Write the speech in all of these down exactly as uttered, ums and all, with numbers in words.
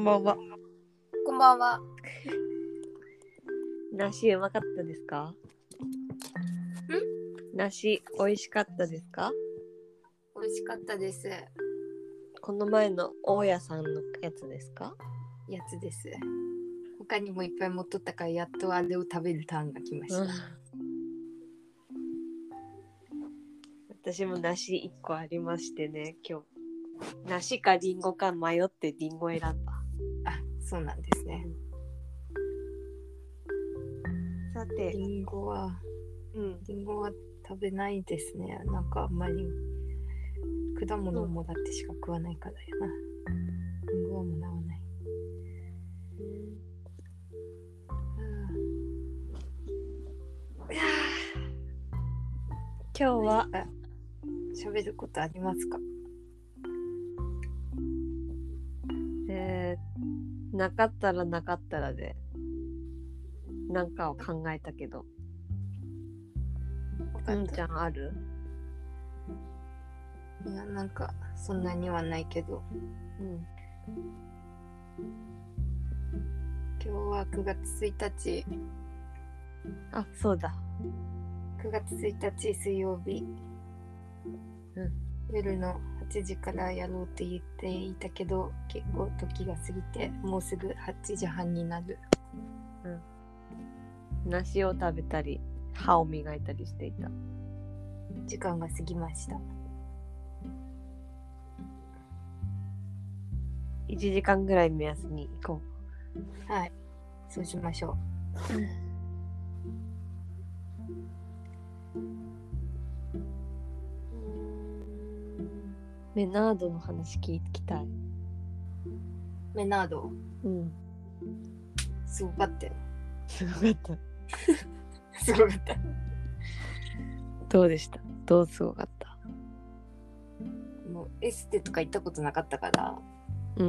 んばんは。 こんばんは。 梨うまかったですか？ん？梨美味しかったですか？ 美味しかったです。 この前の大家さんのやつですか？ やつです。他にもいっぱい持っとったからやっとあれを食べるターンが来ました。 うん、私も梨いっこありましてね、今日梨かリンゴか迷ってリンゴ選んだ。 あ、そうなんですね。 さて、 リンゴは、 うん、 リンゴは食べないですね。なんかあんまり果物もだってしか食わないからやな。リンゴはもらわない。 今日は喋ることありますか？ えー、なかったらなかったらでなんかを考えたけど、うんちゃんある？ いや、なんかそんなにはないけど、 うん、 今日はくがつついたち。 あ、そうだ。 くがつついたち水曜日、 うん、 夜のはちじからやろうって言っていたけど、結構時が過ぎてもうすぐはちじはんになる。 うん、梨を食べたり歯を磨いたりしていた。 時間が過ぎました。 いちじかんぐらい目安に行こう。はい、そうしましょう。 メナードの話聞きたい。 メナード、 うん、 すごかったよ。 すごかったすごかった。 どうでした？どうすごかった？ もうエステとか行ったことなかったから、 うん、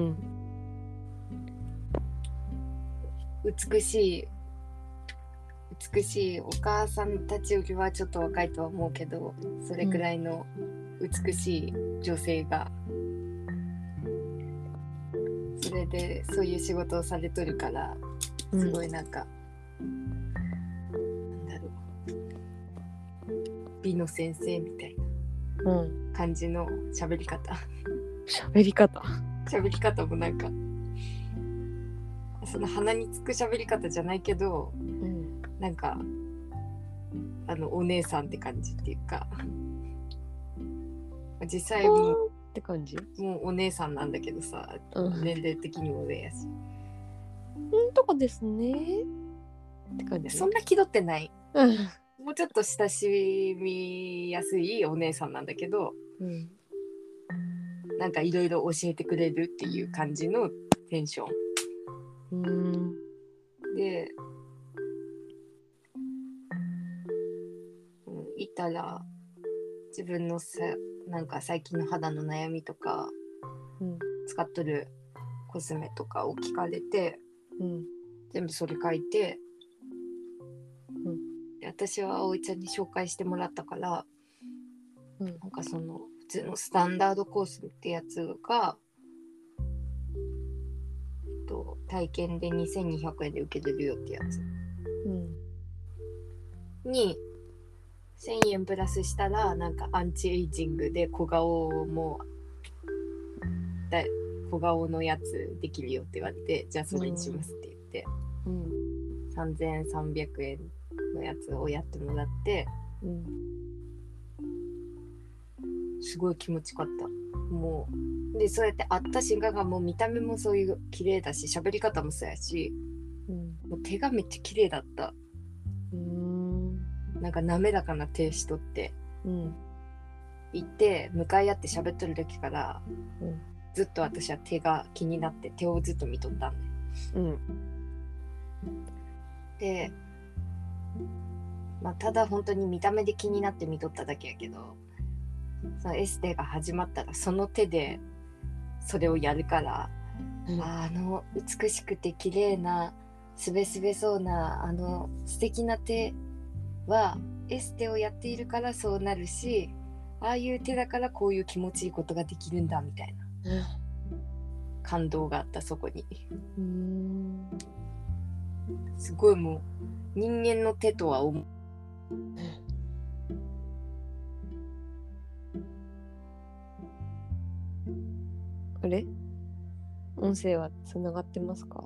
美しい美しいお母さんたちよりはちょっと若いとは思うけど、それくらいの美しい女性が、うん、それでそういう仕事をされとるからすごいなんか、うん、なんだろう、美の先生みたいな感じの喋り方。 喋り方喋り方もなんかその鼻につく喋り方じゃないけど、うん、なんかあのお姉さんって感じっていうか、実際もうって感じ、 もうお姉さんなんだけどさ、うん、年齢的にも上やし、 うんとかですねって感じ。 そんな気取ってない、 うん、 もうちょっと親しみやすいお姉さんなんだけど、うん、なんかいろいろ教えてくれるっていう感じのテンション、うん、で、うん、いたら自分のさ、なんか最近の肌の悩みとか、うん、使っとるコスメとかを聞かれて、うん、全部それ書いて、うん、で私は葵ちゃんに紹介してもらったから、うん、なんかその普通のスタンダードコースってやつが、えっと、体験でにせんにひゃくえんで受けれるよってやつ、うん、にせんえんプラスしたらなんかアンチエイジングで小顔もだ小顔のやつできるよって言われて、じゃあそれにしますって言って、うん、さんぜんさんびゃくえんのやつをやってもらって、うん、すごい気持ちよかった。もうでそうやって会った瞬間がもう見た目もそういう綺麗だし、喋り方もそうやし、うん、もう手がめっちゃ綺麗だった。うーん、なんか滑らかな手しとって、うん、行って向かい合って喋っとる時から、うん、ずっと私は手が気になって手をずっと見とったんで、うん、で、まあ、ただ本当に見た目で気になって見とっただけやけど、そのエステが始まったらその手でそれをやるから、うん、あの美しくて綺麗なすべすべそうなあの素敵な手はエステをやっているからそうなるし、ああいう手だからこういう気持ちいいことができるんだみたいな、 感動があったそこに。 うーん。 すごいもう人間の手とは思う。 あれ？音声はつながってますか？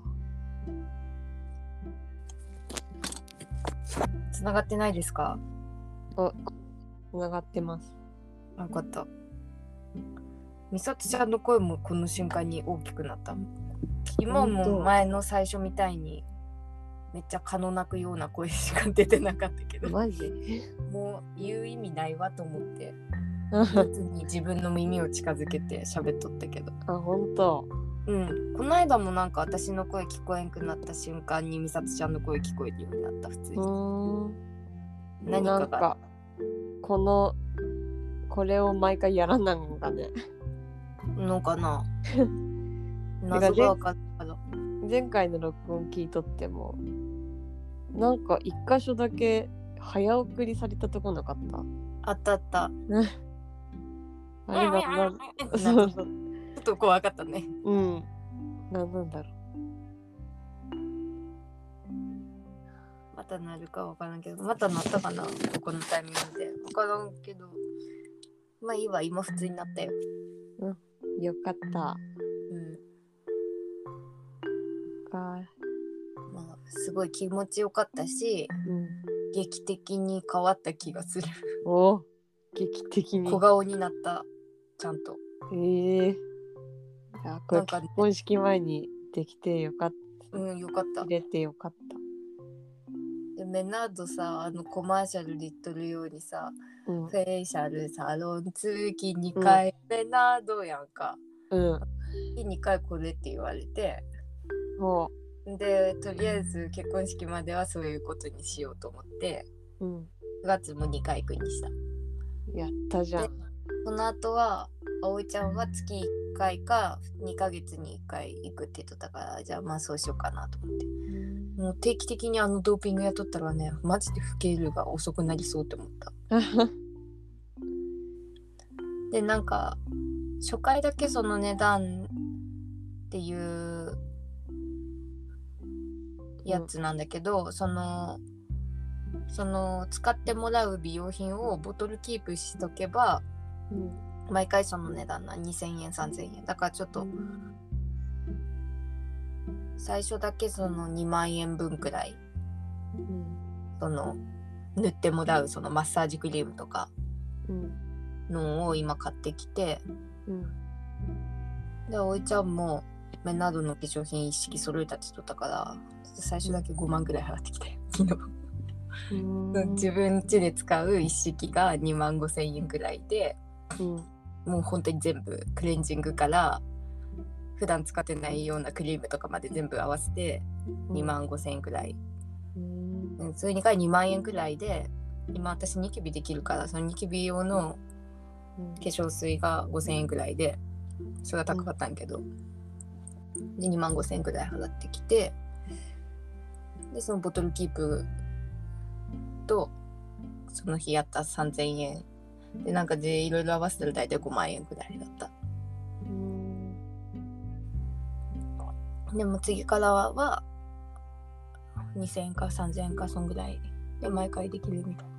つながってないですか？ あ、つながってます。 あ、よかった。みさとちゃんの声もこの瞬間に大きくなった。今も前の最初みたいにめっちゃ蚊の鳴くような声しか出てなかったけど、 マジ？ もう言う意味ないわと思って別に自分の耳を近づけて喋っとったけど。 あ、本当。 うん。この間もなんか私の声聞こえんくなった瞬間にみさとちゃんの声聞こえるようになった。普通に。 うーん。 何かがなんかこのこれを毎回やらなんのかね。 のかな。謎が分かったから。 前回の録音聞いとってもなんか一箇所だけ早送りされたとこなかった？ あったあった。 あれな、な、 そうそう。ちょっと怖かったね。 うん。なんなんだろう。 またなるかわからんけど、またなったかな、ここのタイミングで。わからんけど、まあいいわ、今普通になったよ。 うん、よかった。 うん。 かまあ、すごい気持ちよかったし、うん、劇的に変わった気がする。 お、劇的に。 小顔になった、ちゃんと。 ええー。いや、これ結婚式前にできてよかった。 うん、よかった。 入れてよかった。 でメナードさ、あのコマーシャルで言っとるようにさ、うん、フェイシャルサロン月にかい、うん、メナードやんか。うん。にかいこれって言われて。ほう。で、とりあえず結婚式まではそういうことにしようと思って、うん、くがつもにかい行くにした。 やったじゃん。 その後は葵ちゃんは月いっかいかにかげつにいっかい行くって言っとったから、じゃあまあそうしようかなと思って。もう定期的にあのドーピングやっとったらね、マジで老けるが遅くなりそうって思った。で、なんか初回だけその値段っていうやつなんだけど、うん、そのその使ってもらう美容品をボトルキープしとけば、うん、毎回その値段なにせんえんさんぜんえんだから、ちょっと、うん、最初だけそのにまんえんぶんくらい、うん、その塗ってもらうそのマッサージクリームとかのを今買ってきて、うん、でおいちゃんもメナードの化粧品一式揃えたって言っとったから、最初だけごまんくらい払ってきて昨日自分家で使う一式がにまんごせんえんくらいで、うん、もう本当に全部クレンジングから普段使ってないようなクリームとかまで全部合わせてにまんごせんえんくらい、うんうん、それにかいにまんえんくらいで、今私ニキビできるから、そのニキビ用の化粧水がごせんえんくらいで、それが高かったんけど、うん、でにまんごせんえんくらい払ってきて、でそのボトルキープとその日やったさんぜんえんで、なんかでいろいろ合わせたら大体ごまんえんくらいだった。うん、でも次からはにせんえんかさんぜんえんかそんぐらいで毎回できるみたい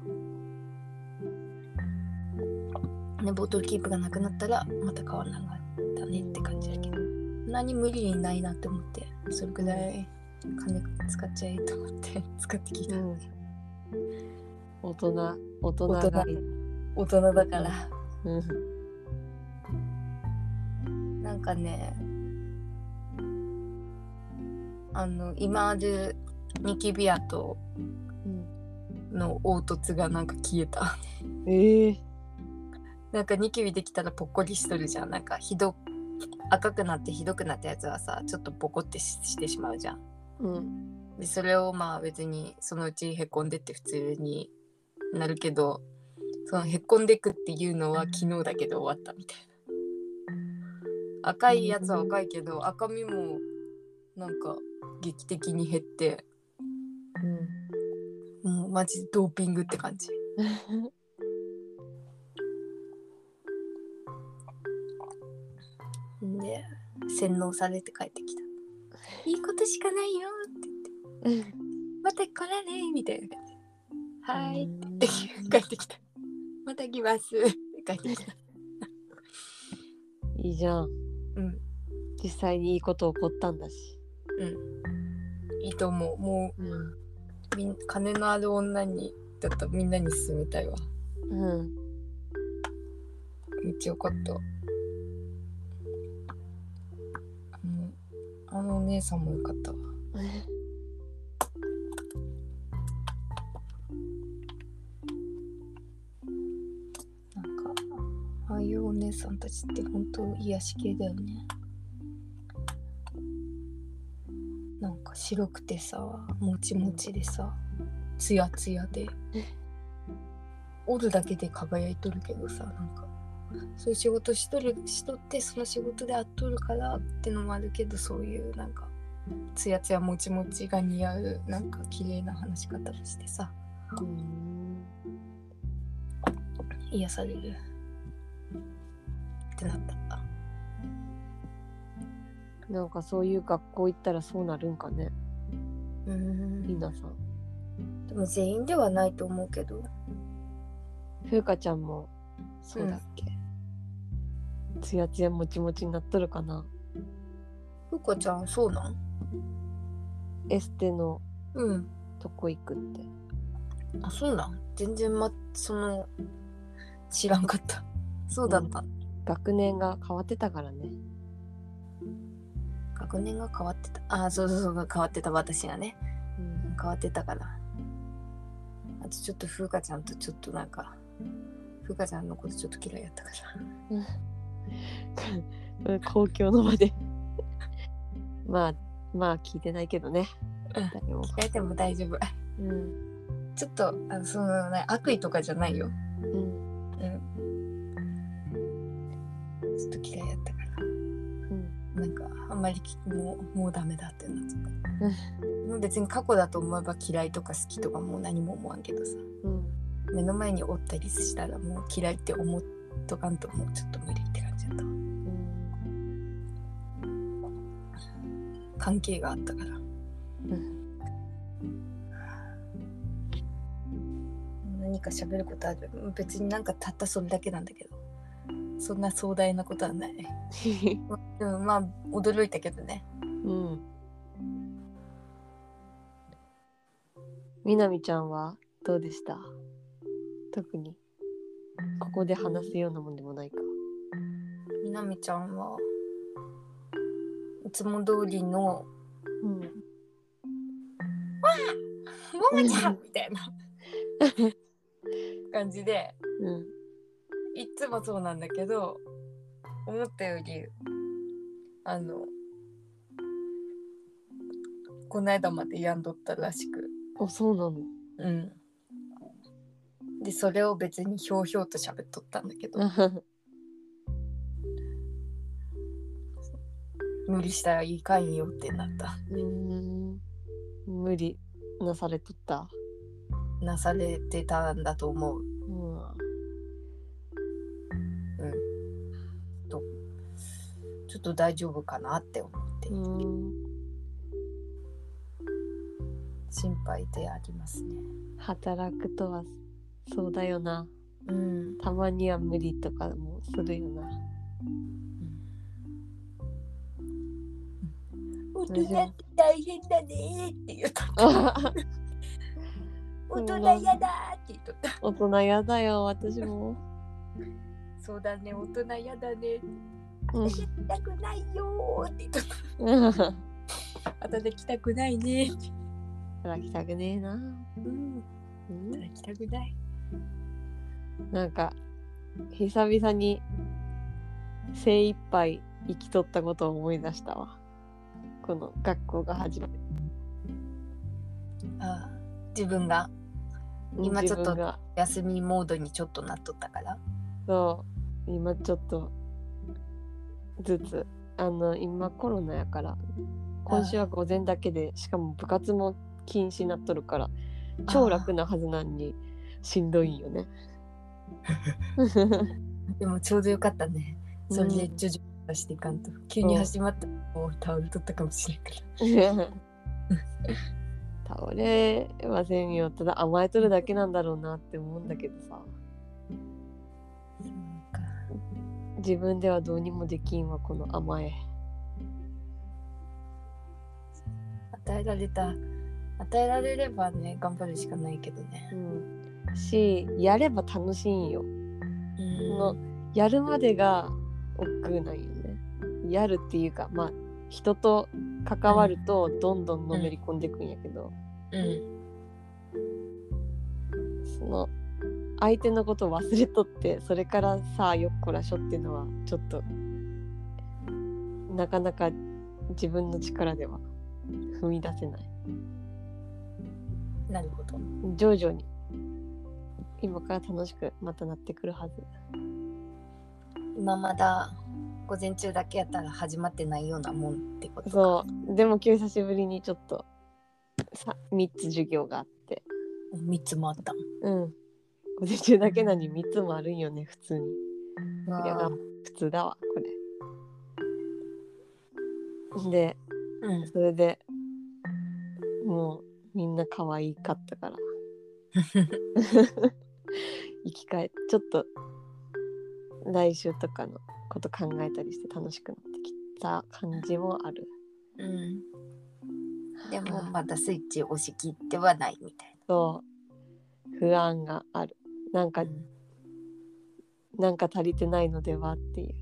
な。でボトルキープがなくなったらまた変わらなかったねって感じだけど、何無理にないなって思って、それくらい金使っちゃえと思って使ってきた。うん、 大人大人が大人だから、うん、なんかね、あの今あるニキビ跡の凹凸がなんか消えた。えー、なんかニキビできたらポッコリしとるじゃん。なんかひど赤くなってひどくなったやつはさ、ちょっとポコって し, してしまうじゃん。うん、でそれをまあ別にそのうちへこんでって普通になるけど、そのへこんでくっていうのは昨日だけで終わったみたいな。赤いやつは赤いけど、赤みもなんか劇的に減って、うん、もうマジドーピングって感じ。で洗脳されて帰ってきた。いいことしかないよって言ってまた来られみたいな感じで、はいって帰ってきた。また来ますって帰ってきた。 いいじゃん。 うん。 実際にいいこと起こったんだし。 うん。いいと思う。もう、うん、みん金のある女にだったらみんなに勧めたいわ。 うん。 めっちゃよかった。あの、あのお姉さんもよかったわ。なんかああいうお姉さんたちって本当癒し系だよね。なんか白くてさ、もちもちでさ、ツヤツヤでおるだけで輝いとるけどさ、なんかそういう仕事しとるしとってその仕事であっとるからってのもあるけど、そういうなんかツヤツヤもちもちが似合うなんか綺麗な話し方をしてさ、うん、癒されるってなった。 なんかそういう学校行ったらそうなるんかね。 うーん。 りなさん。 でも全員ではないと思うけど。 ふうかちゃんもそうだっけ。うん、つやつやもちもちになっとるかな。 ふうかちゃんそうなん？ エステのうんとこ行くって。 あ、そうなん。全然まその知らんかった。そうだった。うん、 学年が変わってたからね。 学年が変わってた。あ、そうそうそう、変わってた。私がね、うん、変わってたから。あとちょっとふうかちゃんとちょっとなんかふうかちゃんのことちょっと嫌いやったから。 公共の場でまあまあ聞いてないけどね。 うん、聞かれても大丈夫。うん。ちょっとあのその、ね、悪意とかじゃないよ。うん。うん。ちょっと嫌いやったから。なんかあんまりもう、もうダメだってなっちゃった、うん、別に過去だと思えば嫌いとか好きとかもう何も思わんけどさ、うん、目の前におったりしたらもう嫌いって思っとかんともうちょっと無理って感じだった、うん、関係があったから、うん、何か喋ることある？別になんかたったそれだけなんだけど、そんな壮大なことはない。でもまあ驚いたけどね。うん。 みなみちゃんはどうでした？特にここで話すようなもんでもないか。 みなみちゃんはいつも通りの、うん、わあももちゃんみたいな感じで、うん、いつもそうなんだけど、思ったよりあのこの間まで病んどったらしく。 あ、そうなの。 うん。でそれを別にひょうひょうと喋っとったんだけど無理したらいかんよってなった。 うーん、無理なされとった。 なされてたんだと思う。うん。うん。とちょっと大丈夫かなって思って。うーん。心配でありますね。 働くとはそうだよな。うん。たまには無理とかもするよな。 大人って大変だねって言った。大人やだって言っとった。 大人やだよ、私も。 そうだね、大人やだね。私来たくないよって言っとった。働きたくないね。 働きたくねえな。うん。 働きたくない。 なんか久々に精一杯生きとったことを思い出したわ。この学校が始まる。 ああ、自分が今ちょっと休みモードにちょっとなっとったから。 そう今ちょっとずつあの今コロナやから今週は午前だけで、しかも部活も禁止になっとるから超楽なはずなんにしんどいよね。 でもちょうどよかったね。それで徐々に出していかんと急に始まったらもう倒れとったかもしれんから倒れませんよ。ただ甘えとるだけなんだろうなって思うんだけどさ。 そうか。 自分ではどうにもできんわ、この甘え。 与えられた与えられればね頑張るしかないけどね。 うん。し、やれば楽しいんよ。 うん。 そのやるまでが億劫なんよね。やるっていうか、まあ人と関わるとどんどんのめり込んでいくんやけど、 うん。 その相手のことを忘れとってそれからさあよっこらしょっていうのはちょっとなかなか自分の力では踏み出せない。 なるほど。 徐々に今から楽しくまたなってくるはず。 今まだ午前中だけやったら始まってないようなもんってことか。 そうでも今日久しぶりにちょっとさみっつ授業があって、 みっつもあった。 うん午前中だけなのにみっつもあるんよね普通に。いや普通だわこれで、うん、それでもうみんな可愛かったから生き返ってちょっと来週とかのこと考えたりして楽しくなってきた感じもある。 うん。でもまだスイッチ押し切ってはないみたいな。 そう不安がある。なんか、うん、なんか足りてないのではっていう。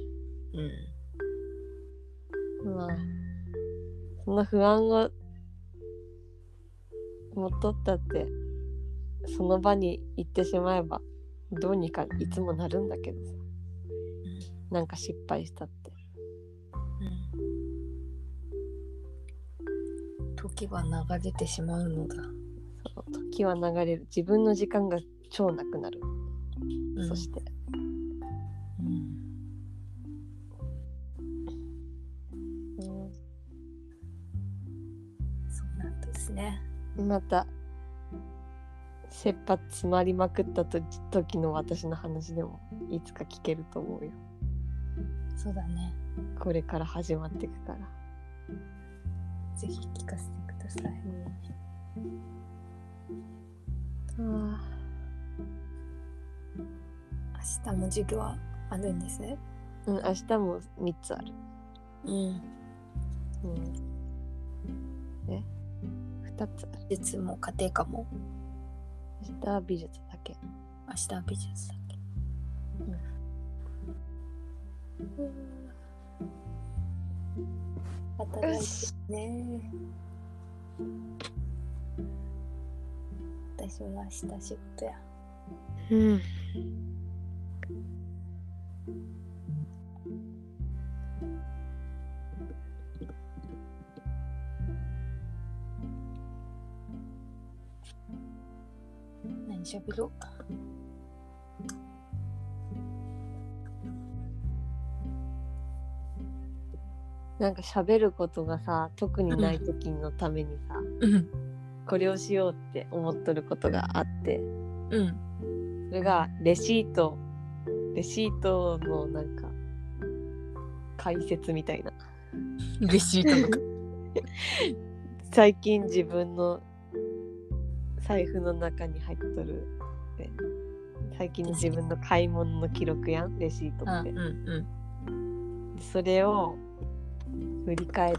うん。まあその不安を持っとったってその場に行ってしまえばどうにかいつもなるんだけどさ、うん、なんか失敗したって、 うん、時は流れてしまうのだ。 そう時は流れる。自分の時間が超なくなる、うん、そして、うんうん、そうなんですね。 また切羽詰まりまくったと時の私の話でもいつか聞けると思うよ。 そうだね。 これから始まっていくからぜひ聞かせてください。 うん、あ明日も授業はあるんですね。 うん明日もみっつある。 うん、うん、 えふたつある。 美術も家庭科も。 明日は美術だけ。 明日は美術だけ。うん。働いてね。私も明日仕事や。 うん。 何しゃべろうか。 なんか喋ることがさ特にない時のためにさ、 うん、 これをしようって思っとることがあって、 うん、 それがレシートレシートのなんか解説みたいな。 レシートとか最近自分の財布の中に入っとる最近の自分の買い物の記録やんレシートって、うんうん、それを振り返って、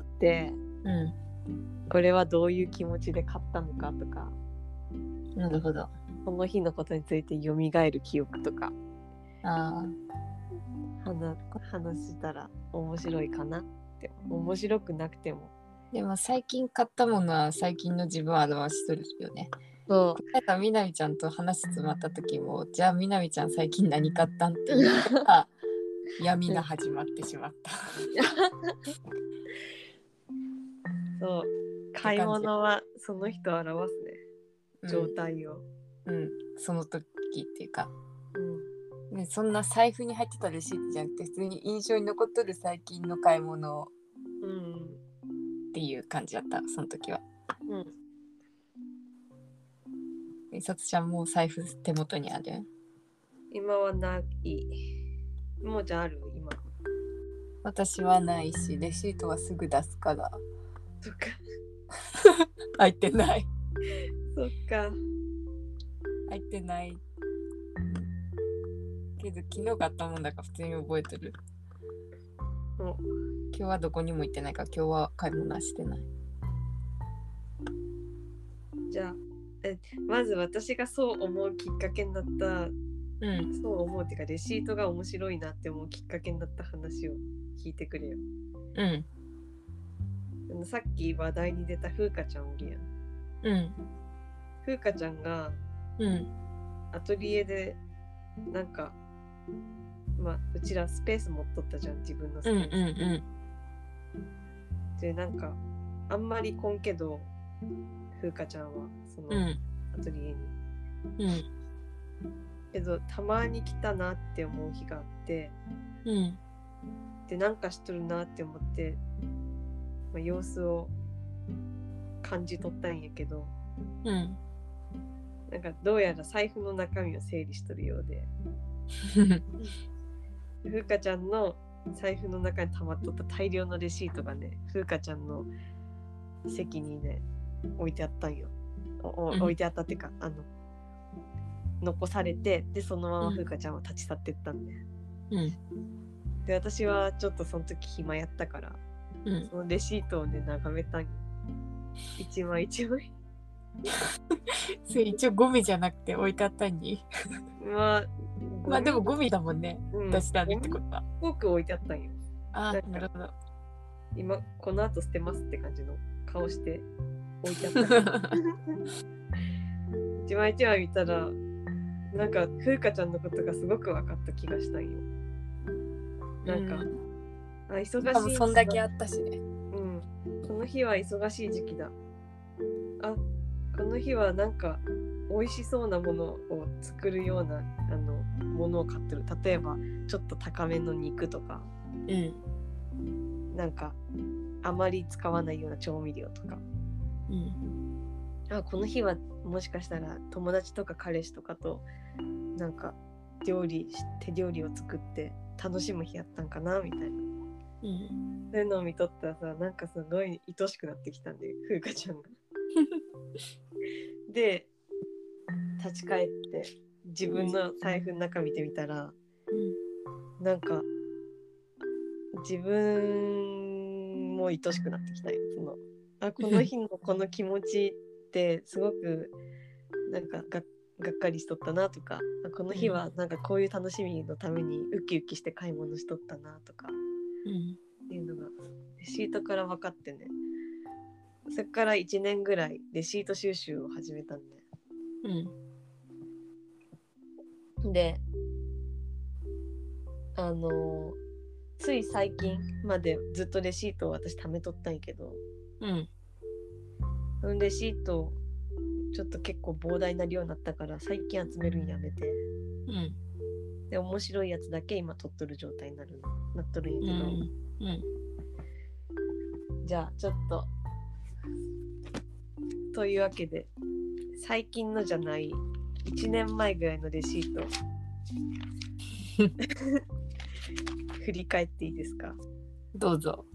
うん、これはどういう気持ちで買ったのかとか、 なるほど、 その日のことについて蘇る記憶とかあ話, 話したら面白いかなって。面白くなくてもでも最近買ったものは最近の自分を表しとるよね。 そう。 この間みなみちゃんと話詰まった時もじゃあみなみちゃん最近何買ったんって言ったら闇が始まってしまったそう買い物はその人を表すね、うん、状態を、 うん、その時っていうか、うんね、そんな財布に入ってたレシートじゃなくて普通に印象に残っとる最近の買い物を、うん、っていう感じだったその時は。うんみさつちゃんも財布手元にある？ 今はない。もうじゃある今。 私はないし、レシートはすぐ出すから。 そっか。 入ってない。 そっか。 入ってない。けど昨日買ったもんだから普通に覚えてる。 お、 今日はどこにも行ってないから今日は買い物はしてない。 じゃあえまず私がそう思うきっかけになった、 うん、 そう思うっていうかレシートが面白いなって思うきっかけになった話を聞いてくれよ。 うん、 あのさっき話題に出た風花ちゃんおるやん。 うん、 風花ちゃんがうん、 アトリエでなんかまあうちらスペース持っとったじゃん、自分のスペース、 うん、うん、うん、 でなんかあんまり来んけど風花ちゃんはそのアトリエに、 うん、 けどたまに来たなって思う日があって、 うん、 でなんかしとるなって思って、まあ、様子を感じ取ったんやけど、 うん、 なんかどうやら財布の中身を整理しとるようで風花ちゃんの財布の中に溜まっとった大量のレシートがね、風花ちゃんの席にね置いてあったんよ。お置いてあったっていうか、あの残されて、でそのまま風花ちゃんは立ち去ってったんで、 うん、 で私はちょっとその時暇やったから、うん、そのレシートをね眺めたんよ、一枚一枚それ一応ゴミじゃなくて置いてあったんにまあまあでもゴミだもんね、うん、出したってことは多く置いてあったんよ。 ああ、なるほど。 今この後捨てますって感じの顔して置いてあった一枚一枚見たらなんか風花ちゃんのことがすごく分かった気がしたんよ。なんか、うん、あ忙しい。 そんだけあったしね。 うん。この日は忙しい時期だ。あ、この日はなんか美味しそうなものを作るようなあのものを買ってる。例えばちょっと高めの肉とか、 うん、 なんかあまり使わないような調味料とか。 うん、 あ、この日はもしかしたら友達とか彼氏とかとなんか料理手料理を作って楽しむ日やったんかなみたいな、うん、そういうのを見とったらさ、なんかすごい愛しくなってきたんで風花ちゃんがで立ち返って自分の財布の中見てみたら、うん、なんか自分も愛しくなってきたよ。そのあこの日のこの気持ちってすごくなんか が, がっかりしとったなとか、この日はなんかこういう楽しみのためにウキウキして買い物しとったなとか、うん、っていうのがレシートから分かってね、それからいちねんぐらいレシート収集を始めたんで、うん、であのー、つい最近までずっとレシートを私貯めとったんやけど、うん、そのレシートちょっと結構膨大な量になったから最近集めるんやめて、うん、で面白いやつだけ今取っとる状態になるなっとるんやけど、うんうん、じゃあちょっとというわけで最近のじゃないいちねんまえぐらいのレシート振り返っていいですか？ どうぞ。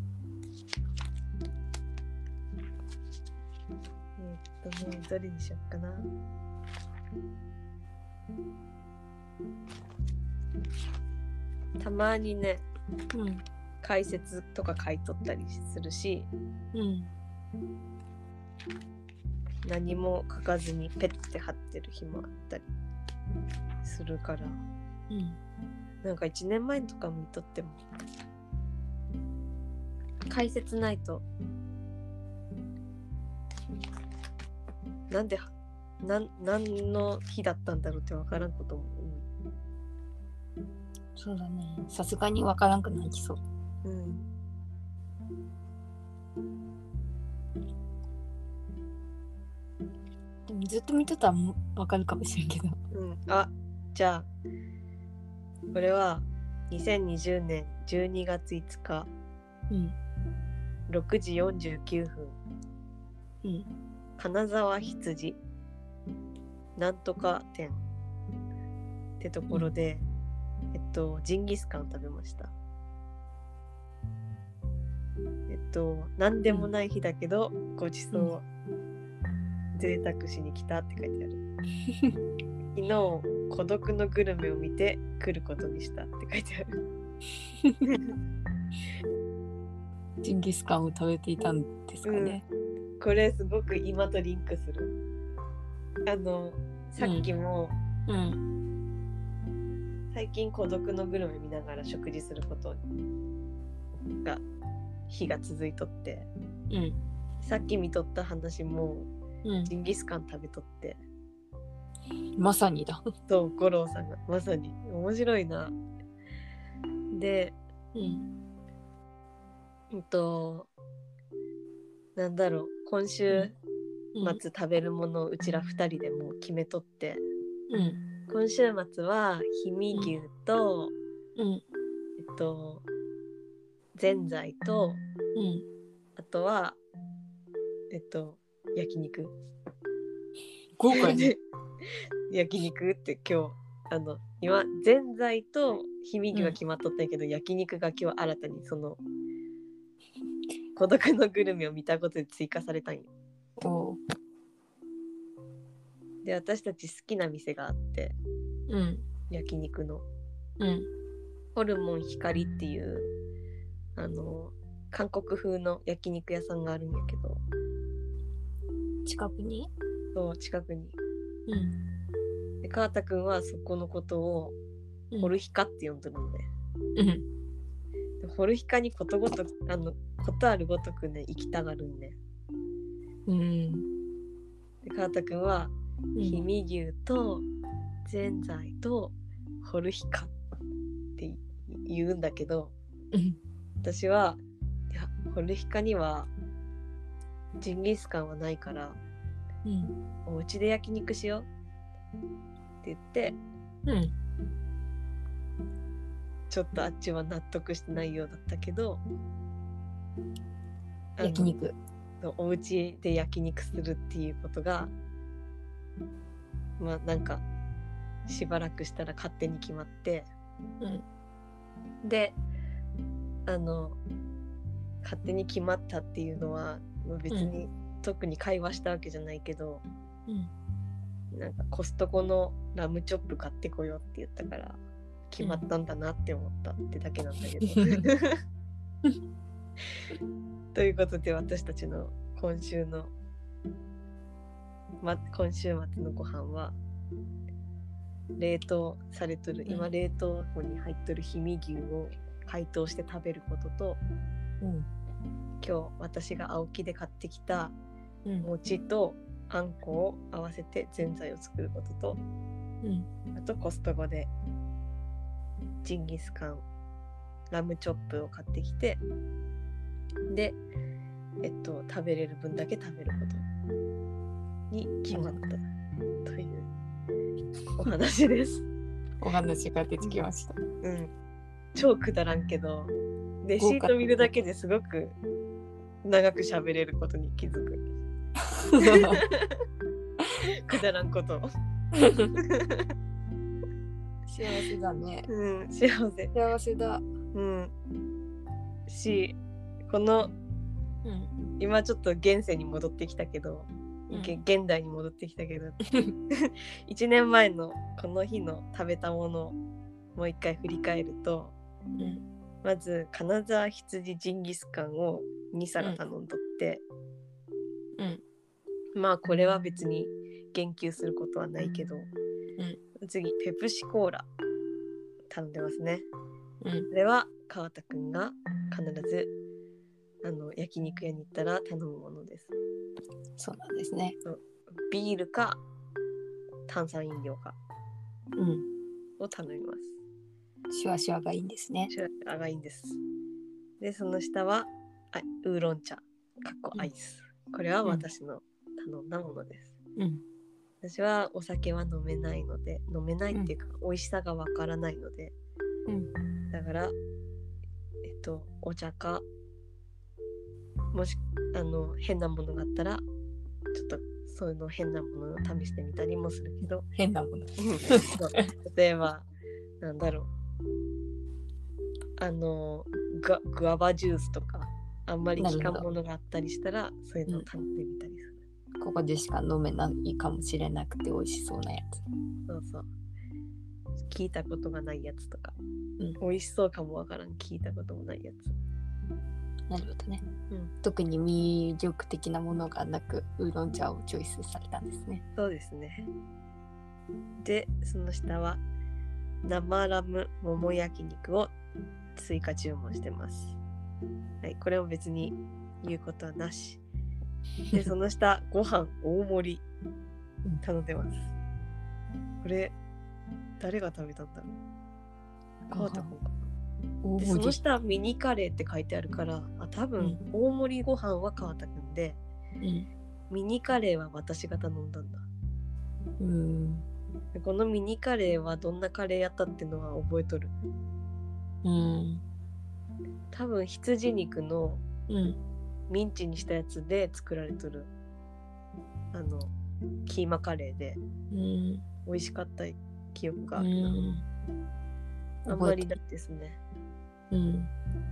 えー、っとね、どれにしよっかな。たまにね、うん、解説とか書いとったりするし、うん、何も書かずにペッて貼ってる日もあったりするから、うん、なんかいちねんまえとか見とっても解説ないとなんでなん何の日だったんだろうって分からんことも多い。 そうだね、さすがに分からんくなりそう。うん。でもずっと見てたら分かるかもしれんけど。 うん。あ、じゃあこれはにせんにじゅうねんじゅうにがついつか、うん、ろくじよんじゅうきゅうふん、うん、金沢羊なんとか店ってところで、うん、えっとジンギスカン食べました。 と何でもない日だけど、ごちそう、うん、贅沢しに来たって書いてある。昨日孤独のグルメを見て来ることにしたって書いてある。 ジンギスカンを食べていたんですかね、 うん、これすごく今とリンクする。あのさっきも、うんうん、最近孤独のグルメ見ながら食事することが日が続いとって、うん、さっき見とった話も、うん、ジンギスカン食べとってまさにだ。 そう五郎さんがまさに面白いな。で、うんうんとなんだろう今週末食べるものをうちらふたりでもう決めとって、うん、今週末は氷見牛と、うん、えっとぜんざいと、うん、あとはえっと焼肉豪華に焼肉って今日あの今ぜんざいと氷見牛は決まっとったんやけど、うん、焼肉が今日新たにその孤独のグルメを見たことで追加されたんよ。おで私たち好きな店があって、うん、焼肉の、うん、ホルモン光っていうあの韓国風の焼肉屋さんがあるんやけど近くにそう近くに、うん、で川田くんはそこのことをホルヒカって呼んでるのね、うん、でホルヒカにことごとくあのことあるごとくね行きたがるんね、うん、で川田くんは氷見牛とぜんざいとホルヒカって言うんだけど、うん、私はいやホルヒカにはジンギスカンはないから、うん、お家で焼肉しようって言って、うん、ちょっとあっちは納得してないようだったけど焼肉お家で焼肉するっていうことがまあなんかしばらくしたら勝手に決まって、うん、であの勝手に決まったっていうのは別に特に会話したわけじゃないけど、うん、なんかコストコのラムチョップ買ってこようって言ったから決まったんだなって思ったってだけなんだけど、うん、ということで私たちの今週の、ま、今週末のご飯は冷凍されとる、うん、今冷凍庫に入っとる氷見牛を解凍して食べることと、うん、今日私が青木で買ってきた餅とあんこを合わせてぜんざいを作ることと、うん、あとコストコでジンギスカンラムチョップを買ってきてで、えっと、食べれる分だけ食べることに決まったというお話ですお話が出てきました、 うん、超くだらんけどレシート見るだけですごく長く喋れることに気づくくだらんこと幸せだね、 うん、幸せ幸せだ、 うん、しこの、うん、今ちょっと現世に戻ってきたけど、うん、現代に戻ってきたけどいちねんまえのこの日の食べたものをもう一回振り返ると、うん、まず金沢羊ジンギスカンをに皿頼んどって、うんうん、まあこれは別に言及することはないけど、うん、次ペプシコーラ頼んでますね、うん、これは川田くんが必ずあの焼肉屋に行ったら頼むものです。 そうなんですね。 ビールか炭酸飲料か、うん、を頼みます。 シュワシュワがいいんですね。 シュワシュワがいいんです。でその下はあウーロン茶かっこアイス、うん、これは私の頼んだものです、うん、私はお酒は飲めないので飲めないっていうか、うん、美味しさがわからないので、うん、だからえっとお茶かもしあの変なものがあったらちょっとそういうの変なものを試してみたりもするけど変なもの例えばなんだろうあのグアバジュースとかあんまり聞かんものがあったりしたらそういうのを頼んでみたりする、 うん、ここでしか飲めないかもしれなくて美味しそうなやつ。 そうそう、聞いたことがないやつとか、 うん、 美味しそうかもわからん聞いたこともないやつ。 なるほどね、 うん、 特に魅力的なものがなくウーロン茶をチョイスされたんですね。 そうですね。でその下は生ラムもも焼肉を追加注文してます。はい、これも別に言うことはなし。でその下ご飯大盛り頼んでます。これ誰が食べたんだろう。川田君かな。でその下ミニカレーって書いてあるから、あ多分大盛りご飯は川田君で、うん、ミニカレーは私が頼んだんだ。うん。このミニカレーはどんなカレーやったってのは覚えとる。うん。多分羊肉のミンチにしたやつで作られとる、あのキーマカレーで、うん、美味しかった記憶があるな。うん、あんまりないですね。うん。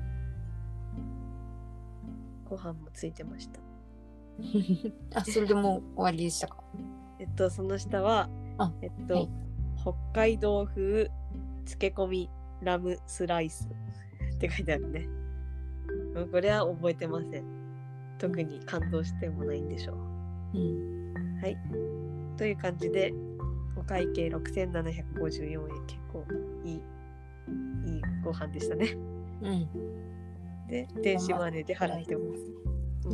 ご飯もついてました。 あ、それでもう終わりでしたか？ えっとその下はえっと、はい、北海道風漬け込みラムスライスって書いてあるね。これは覚えてません。特に感動してもないんでしょう。うん、はい。という感じでお会計ろくせんななひゃくごじゅうよんえん、結構いいいいご飯でしたね。うん。で電子マネーで払ってます。うん。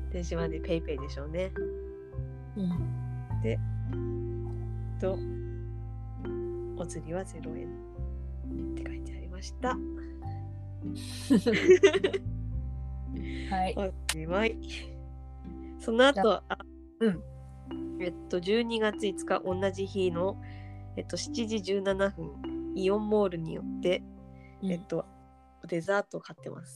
電子マネーペイペイでしょうね。うん。でとお釣りはゼロえんって書いてありました。はい。おしまい。その後、あ、うん。えっとじゅうにがついつか同じ日のえっとしちじじゅうななふんイオンモールによって、うん、えっとデザートを買ってます。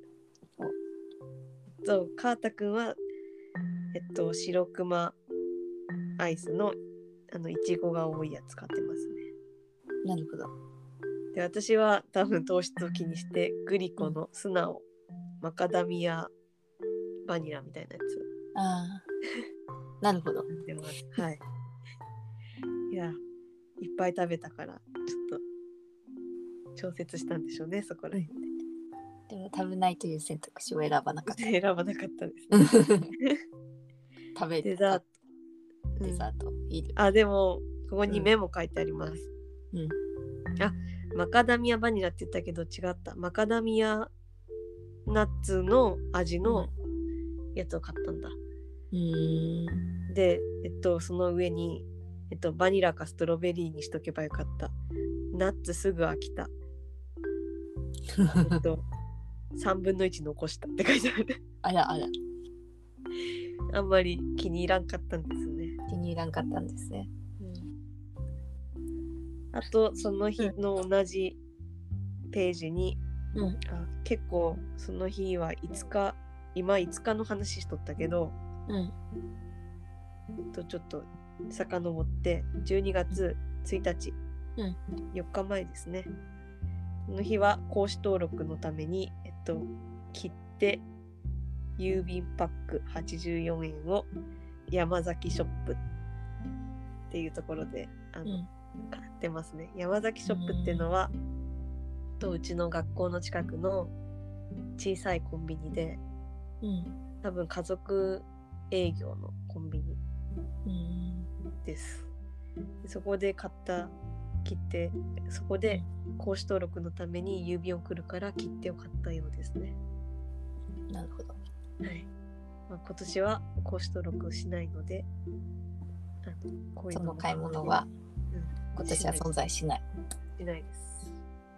えっと川田くんはえっと白熊アイスのあのいちごが多いやつ買ってますね。 なるほど。 で私は多分糖質を気にしてグリコの素直、うん、マカダミアバニラみたいなやつ。 ああ、なるほど。 でもはい。いやいっぱい食べたからちょっと調節したんでしょうね、そこら辺で。 でも食べないという選択肢を選ばなかった。 選ばなかったです、ね。 食べデザート。 デザート、うん、いる。 あでもここにメモ書いてあります。うん。あマカダミアバニラって言ったけど違った。マカダミアナッツの味のやつを買ったんだ。うん、で、えっと、その上に、えっと、バニラかストロベリーにしとけばよかった。ナッツすぐ飽きた。えっと、さんぶんのいち残したって書いてある。 あらあら。 あんまり気に入らんかったんですね。 気に入らんかったんですね。 うん、あと、その日の同じページに、うん、あ結構その日はいつか、今いつかの話しとったけど、うん、とちょっと遡ってじゅうにがつついたち、うん、よっかまえですね。この日は講師登録のために、えっと、切手郵便パックはちじゅうよんえんを山崎ショップっていうところであの、うん、買ってますね。山崎ショップっていうのは、うん、とうちの学校の近くの小さいコンビニで、うん、多分家族営業のコンビニです。でそこで買った切手、そこで講師登録のために郵便を送るから切手を買ったようですね。 なるほど。 はい。まあ、今年は講師登録しないので、 あのこういうのその買い物は、うん、今年は存在しない。 しないです。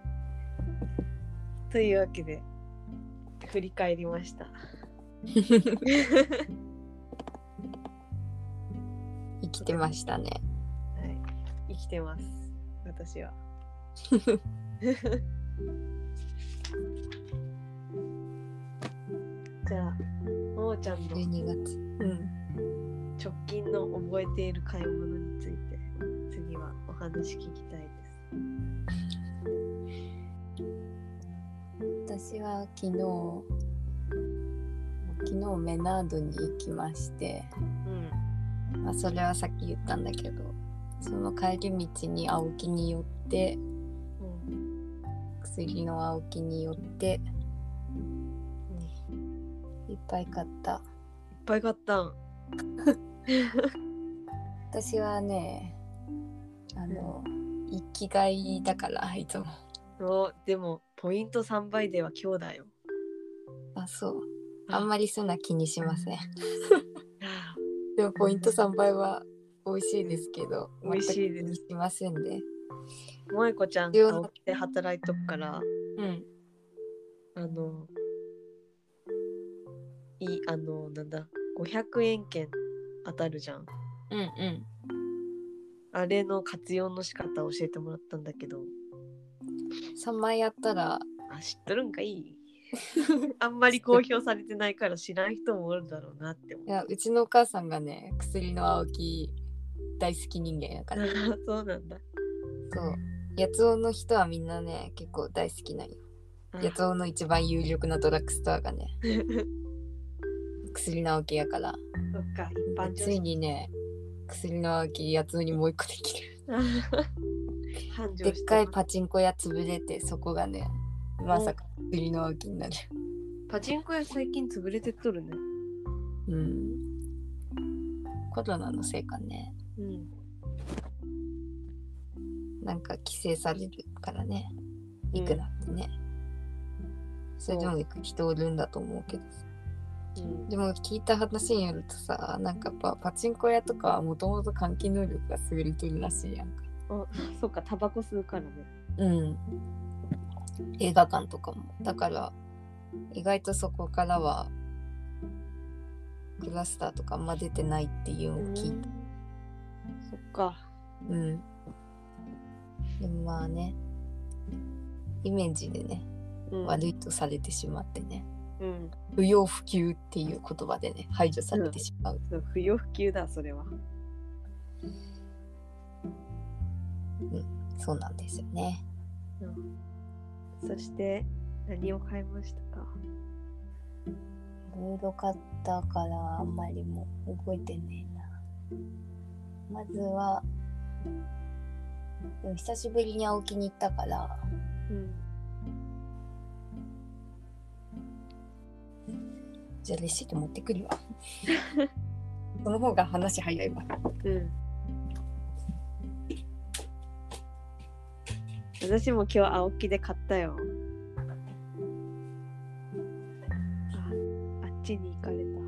というわけで振り返りました。 生きてましたね。 はい、生きてます私は。じゃあももちゃんのじゅうにがつ、うん、 直近の覚えている買い物について次はお話聞きたいです。 私は昨日昨日メナードに行きまして、うんまあ、それはさっき言ったんだけど、その帰り道に青木に寄って、うん、薬の青木に寄って、うん、いっぱい買った。いっぱい買ったん私はね、あの、うん、生きがいだからいつも。 おでもポイントさんばいでは今日だよ。 あ、そう。あんまりそんな気にしません。でもポイントさんばいは美味しいですけど、 美味しいです。 気にしませんで。 萌子ちゃん青木で働いとくから、 うん。 あのいいあのなんだごひゃくえん券当たるじゃん。 うんうん。 あれの活用の仕方教えてもらったんだけど。 さんまいやったら。 あ、知っとるんかいいあんまり公表されてないから知らん人もおるだろうなって思う。 いや、うちのお母さんがね、薬の青木大好き人間やから。 そうなんだ。 そう。八尾の人はみんなね、結構大好きなんよ。八尾の一番有力なドラッグストアがね、薬の青木やから。 そっか、一般ついにね、薬の青木八尾にもう一個できる。でっかいパチンコ屋潰れて、そこがね、まさか薬の青木になる。 パチンコ屋最近潰れてっとるね。 うん。コロナのせいかね。うん。なんか規制されるからね。行くなってね。うん、それでも行く人おるんだと思うけどさ。うん、でも聞いた話によるとさ、なんかやっぱパチンコ屋とかはもともと換気能力が優れてるらしいやんか。 あ、そっか、タバコ吸うからね。 うん。映画館とかも。だから意外とそこからはクラスターとかあんま出てないっていうのを聞いた。 そっか。 うん。でもまあね、イメージでね、うん、悪いとされてしまってね、うん、不要不急っていう言葉でね排除されてしまう。 うん、不要不急だそれは。 うん、そうなんですよね。 うん、そして何を買いましたか？ いろいろ買ったからあんまりもう覚えてねえな。まずはでも久しぶりに青木に行ったから、うん、じゃあレシート持ってくるわその方が話早いわ。うん。 私も今日青木で買ったよ。あ、あっちに行かれた。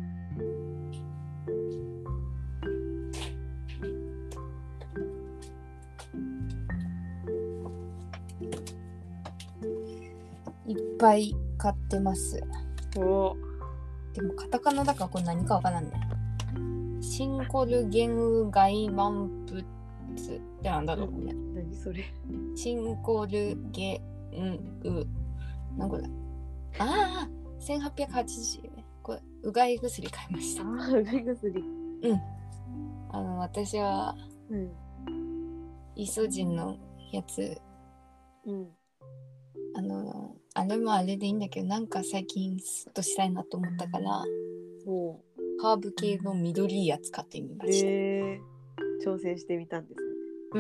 いっぱい買ってます。 おでもカタカナだからこれ何かわからんね。シンコルゲンガイマンプツってなんだろうね。 何それ？ シンコルゲンウなんこれ？ああせんはっぴゃくはちじゅうえん。これうがい薬買いました。 ああうがい薬。 うん。あの私は、うん、イソジンのやつ。うん。あのあれもあれでいいんだけどなんか最近スッとしたいなと思ったからハーブ系の緑いやつ買ってみました。 えー、挑戦してみたんですね。うん。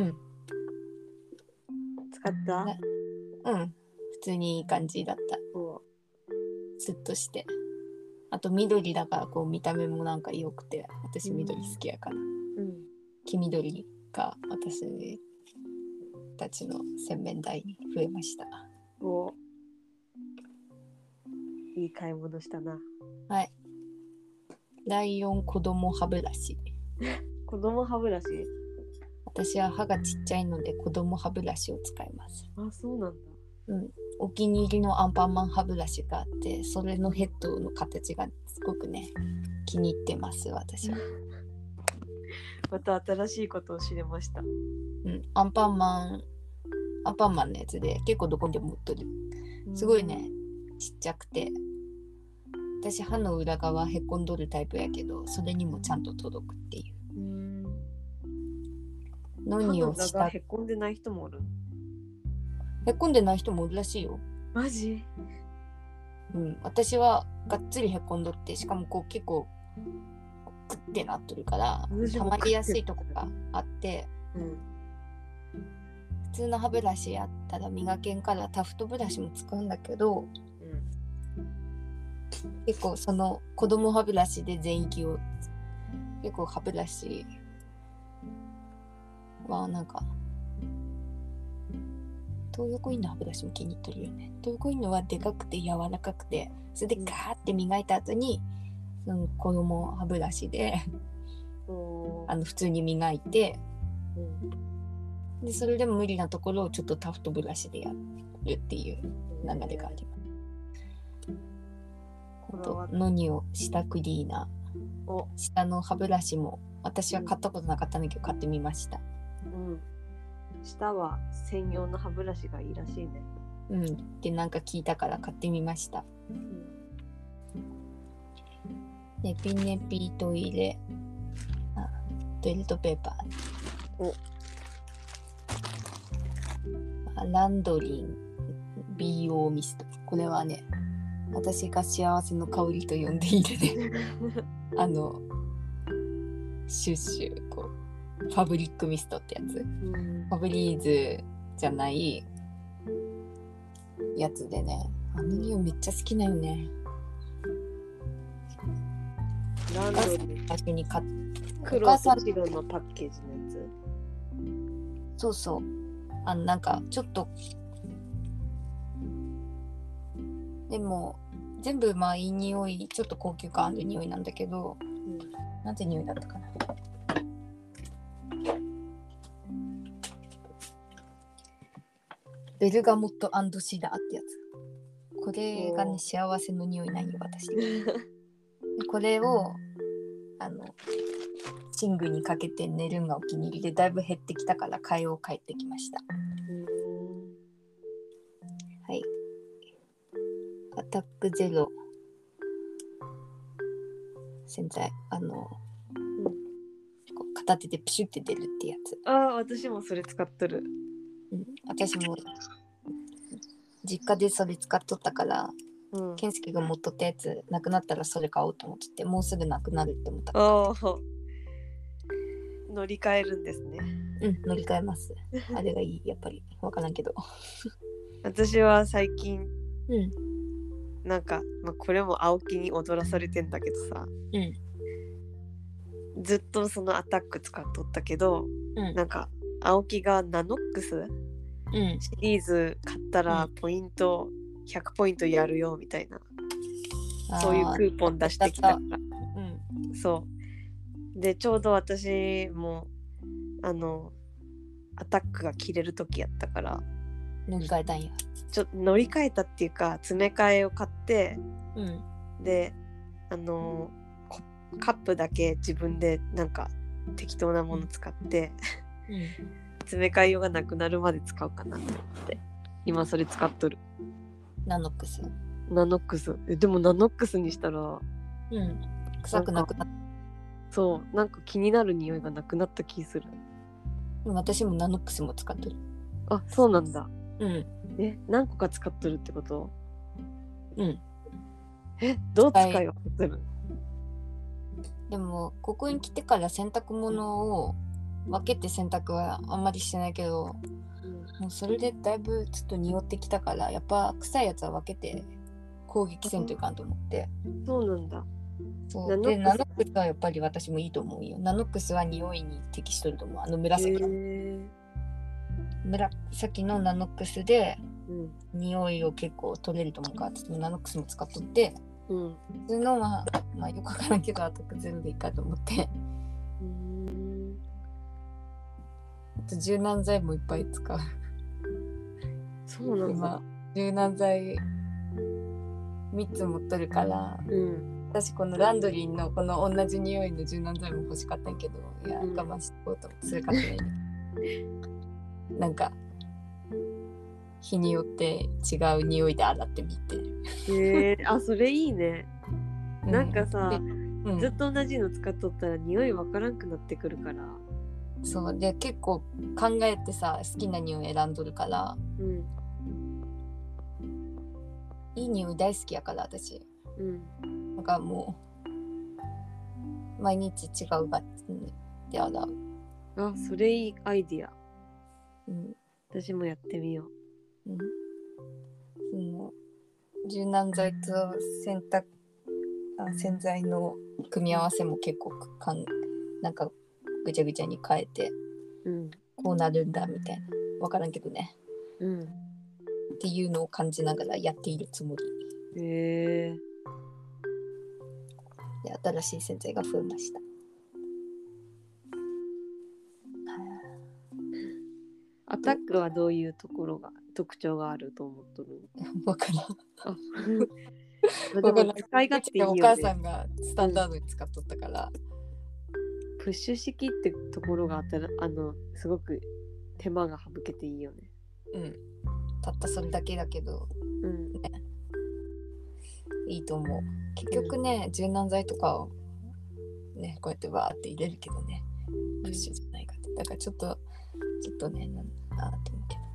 使った？ うん普通にいい感じだった。スッとしてあと緑だからこう見た目もなんか良くて私緑好きやから、うん、黄緑が私たちの洗面台に増えました。 おいい買い物したな。 はい。ライオン子供歯ブラシ。 子供歯ブラシ？ 私は歯がちっちゃいので子供歯ブラシを使います。 あ、そうなんだ。 うん。お気に入りのアンパンマン歯ブラシがあってそれのヘッドの形がすごくね気に入ってます私は。 また新しいことを知れました。 うん。アンパンマンアンパンマンのやつで結構どこにでも売っとる。すごいねちっちゃくて私歯の裏側へこんどるタイプやけどそれにもちゃんと届くっていう。うーん何をした？歯の裏側へこんでない人もおる？ へこんでない人もおるらしいよ。 マジ？ うん、私はがっつりへこんどって、しかもこう結構クッてなっとるからたまりやすいとこがあって、うん、普通の歯ブラシやったら磨けんからタフトブラシも使うんだけど、うん、結構その子供歯ブラシで全域を結構歯ブラシはなんか東横インの歯ブラシも気に入ってるよね。東横インのはでかくて柔らかくて、それでガーって磨いた後に、うん、その子供歯ブラシであの普通に磨いて、うん、でそれでも無理なところをちょっとタフトブラシでやるっていう流れがあります。あとノニオ下クリーナー、下の歯ブラシも私は買ったことなかったんだけど買ってみました。 うん、下は専用の歯ブラシがいいらしいね。 うん。でなんか聞いたから買ってみました。うん、ネピネピトイレ、あ、トイレットペーパー。お。ランドリン美容ミスト。これはね、私が幸せの香りと呼んでいるね。あのシュッシュこうファブリックミストってやつ、うん、ファブリーズじゃないやつでね、あの匂いめっちゃ好きなよね。 ランドリー最初に買っ黒と白のパッケージのやつ。そうそう、あのなんかちょっとでも全部まあいい匂い、ちょっと高級感ある匂いなんだけど、うん、なんて匂いだったかな。ベルガモット&シダーってやつ。これがね幸せの匂いなんよ私。これをあの寝具にかけて寝るんがお気に入りで、だいぶ減ってきたから買いを帰ってきました。はい。アタックゼロ洗剤、あの、うん、こう片手でプシュって出るってやつ。 ああ、私もそれ使っとる。 うん、私も実家でそれ使っとったから、うん、健介が持っとったやつなくなったらそれ買おうと思ってて、もうすぐなくなるって思ったから。 乗り換えるんですね。 うん、乗り換えます。あれがいい、やっぱり分からんけど。 私は最近、 うん、 なんか、まあ、これも青木に踊らされてんだけどさ、うん、ずっとそのアタック使っとったけど、うん、なんか青木がナノックス、うん、シリーズ買ったらポイントひゃくポイントやるよみたいな、うん、そういうクーポン出してきたから、うん、そうでちょうど私もあのアタックが切れる時やったから乗り換えたんや。 ちょっと乗り換えたっていうか詰め替えを買って、うん、であのカップだけ自分でなんか適当なもの使って、うん、詰め替えようがなくなるまで使うかなと思って今それ使っとる。 ナノックスナノックスえでもナノックスにしたら、うん、 臭くなくなっそうなんか気になる匂いがなくなった気する。 私もナノックスも使ってる。 あ、そうなんだ。 うん。 え、何個か使ってるってこと？ うん。 え、どう使い分けてる？ でもここに来てから洗濯物を分けて洗濯はあんまりしてないけど、うん、もうそれでだいぶちょっと匂ってきたから、やっぱ臭いやつは分けて攻撃せんといかんと思って。 そうなんだ。 そうナノでナノックスはやっぱり私もいいと思うよ。ナノックスは匂いに適しとると思う。あの紫の紫のナノックスで、うん、匂いを結構取れると思うから、ちょっとナノックスも使っとって、うん、普通のはまあよくわからんけどアタックゼロでいいかと思って。うーん、あと柔軟剤もいっぱい使う。 そうなんだ。 今柔軟剤みっつ持っとるから、うん、私このランドリーのこの同じ匂いの柔軟剤も欲しかったんやけど、いや、うん、我慢しとこうと思ってそれ買ってないね。なんか日によって違う匂いで洗ってみて。 えー、あ、それいいね。なんかさ、うん、ずっと同じの使っとったら匂いわからんくなってくるから。 そうで結構考えてさ好きな匂い選んどるから、うん、 いい匂い大好きやから私。 うん。 なんかもう毎日違うバッグで洗う。 あ、それいいアイディア。 うん。 私もやってみよう。うん。その柔軟剤と洗濯あ洗剤の組み合わせも結構かんなんかぐちゃぐちゃに変えて、 うん、 こうなるんだみたいな、分からんけどね、 うん、 っていうのを感じながらやっているつもり。 へえ。 で新しい洗剤が増えました。 アタックはどういうところが特徴があると思っとるの？分からん。 あでも使い勝手いいよね。 お母さんがスタンダードに使っとったから、 うん、プッシュ式ってところがあったらあのすごく手間が省けていいよね。 うん。たったそれだけだけど、 うんね、いいと思う。結局ね、柔軟剤とかをねこうやってバーって入れるけどね、プッシュじゃないかって。だからちょっとちょっとねなんだなって思うけ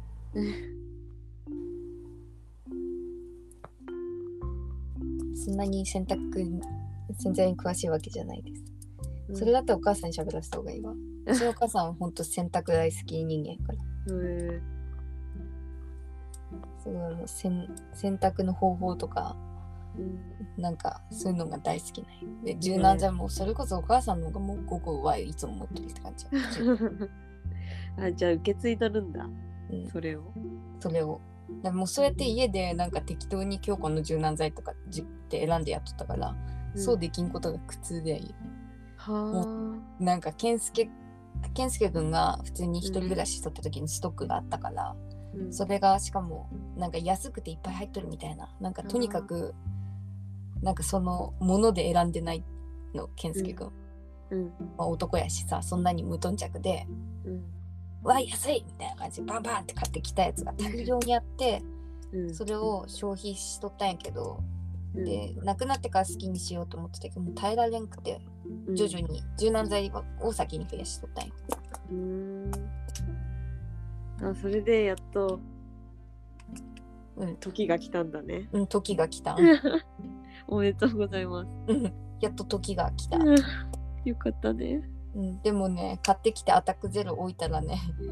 ど。そんなに洗濯洗剤に詳しいわけじゃないです。うん、それだったらお母さんに喋らせた方がいいわ。うちのお母さんは本当洗濯大好き人間やから。へそれはもう洗洗濯の方法とか、うん、なんかそういうのが大好きなんで、柔軟剤もそれこそお母さんの方がもうごこはいつも持ってるって感じ。 あ、じゃあ受け継いどるんだ、うん、それを。それを。 でもそうやって家でなんか適当に今日この柔軟剤とかじって選んでやっとったから、うん、そうできんことが苦痛で、はもうなんか健介健介君が普通に一人暮らししとった時にストックがあったから、うん、それがしかもなんか安くていっぱい入っとるみたいな、なんかとにかくなんかそのもので選んでないの健介君、うんうん、まあ、男やしさそんなに無頓着で、うん、わ安いみたいな感じでバンバンって買ってきたやつが大量にあって、うん、それを消費しとったんやけど、うん、でなくなってから好きにしようと思ってたけどもう耐えられんくて、うん、徐々に柔軟剤を先に増やしとったんや。うーん、 あ、それでやっと、うん、時が来たんだね。 うん、時が来た。 おめでとうございます。 やっと時が来た。 よかったね。 うん、でもね買ってきてアタックゼロ置いたらね、うん、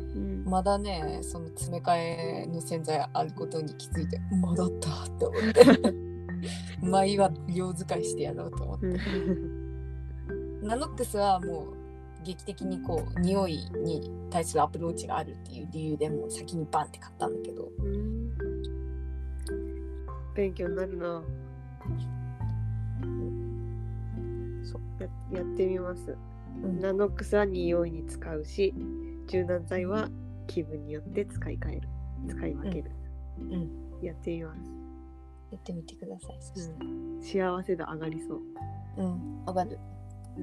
まだねその詰め替えの洗剤あることに気づいてまだったって思ってまあいいわ量使いしてやろうと思ってナノックスはもう劇的にこう匂いに対するアプローチがあるっていう理由でもう先にバンって買ったんだけど、うん、 勉強になるな、うん、そうや、やってみます。うん、ナノックスは匂いに使うし、柔軟剤は気分によって使い替える、使い分ける、うんうん、やってみます。 やってみてください。そして、 うん、幸せ度上がりそう。 うん、上がる。うん。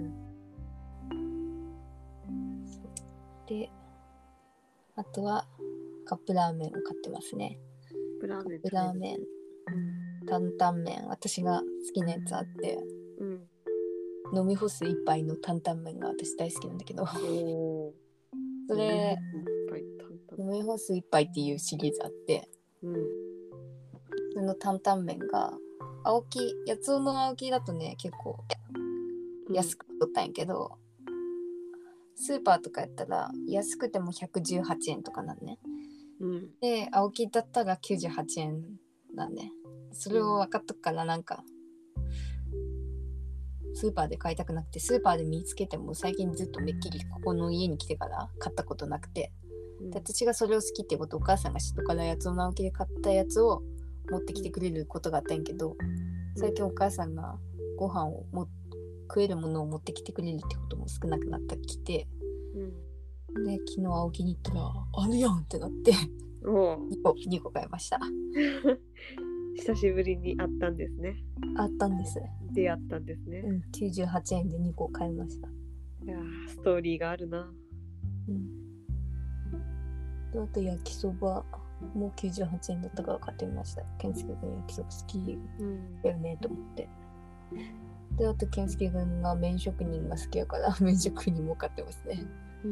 で、あとはカップラーメンを買ってますね。 カップラーメン。 カップラーメン、担々麺、私が好きなやつあって。うん。飲み干す一杯の担々麺が私大好きなんだけどおそれ飲み干す一杯っていうシリーズあって、うん、その担々麺が青木八つ尾の青木だとね結構安く取ったんやけど、うん、スーパーとかやったら安くてもひゃくじゅうはちえんとかなんね、うん、で青木だったらきゅうじゅうはちえんなんね。それを分かっとくからなんかスーパーで買いたくなくて、スーパーで見つけても最近ずっとめっきりここの家に来てから買ったことなくて、うん、で私がそれを好きってことをお母さんが知っとから八つ尾直樹で買ったやつを持ってきてくれることがあったんやけど、最近お母さんがご飯をも食えるものを持ってきてくれるってことも少なくなってきて、うん、で昨日青木に行ったらあるやんってなってにこにこ買いました久しぶりに会ったんですね。 会ったんです。 出会ったんですね。 うん、きゅうじゅうはちえんでにこ買いました。 いやストーリーがあるな。うん。 あと焼きそばもきゅうじゅうはちえんだったから買ってみました。健介君焼きそば好きだよねと思って。うん、であと健介君が麺職人が好きやから麺職人も買ってますね。うん。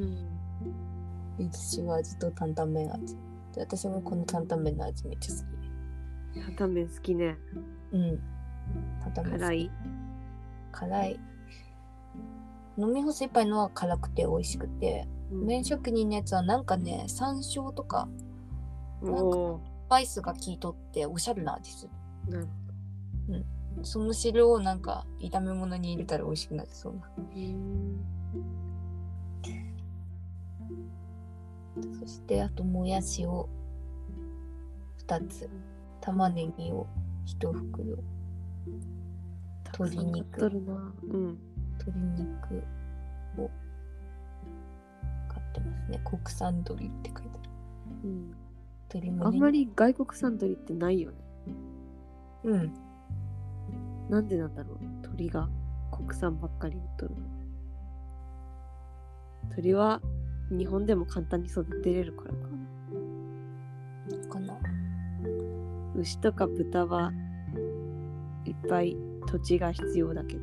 いちし味と担々麺味。で私もこの担々麺の味めっちゃ好き。 担々麺好きね。 うん担々麺辛い辛い飲み干す一杯のは辛くて美味しくて、うん、麺職人のやつはなんかね山椒とかなんかスパイスが効いとっておしゃれな味する。 なるほど、うん、その汁をなんか炒め物に入れたら美味しくなりそうな。うんそしてあともやしをふたつ、玉ねぎをひと袋、鶏肉、 うん、 鶏肉を買ってますね。国産鶏って書いてある。うん、 鶏胸肉あんまり外国産鶏ってないよね。 うん。 なんでなんだろう。鶏が国産ばっかり売っとるの。鶏は日本でも簡単に育てれるからかな。 かな。 牛とか豚はいっぱい土地が必要だけど、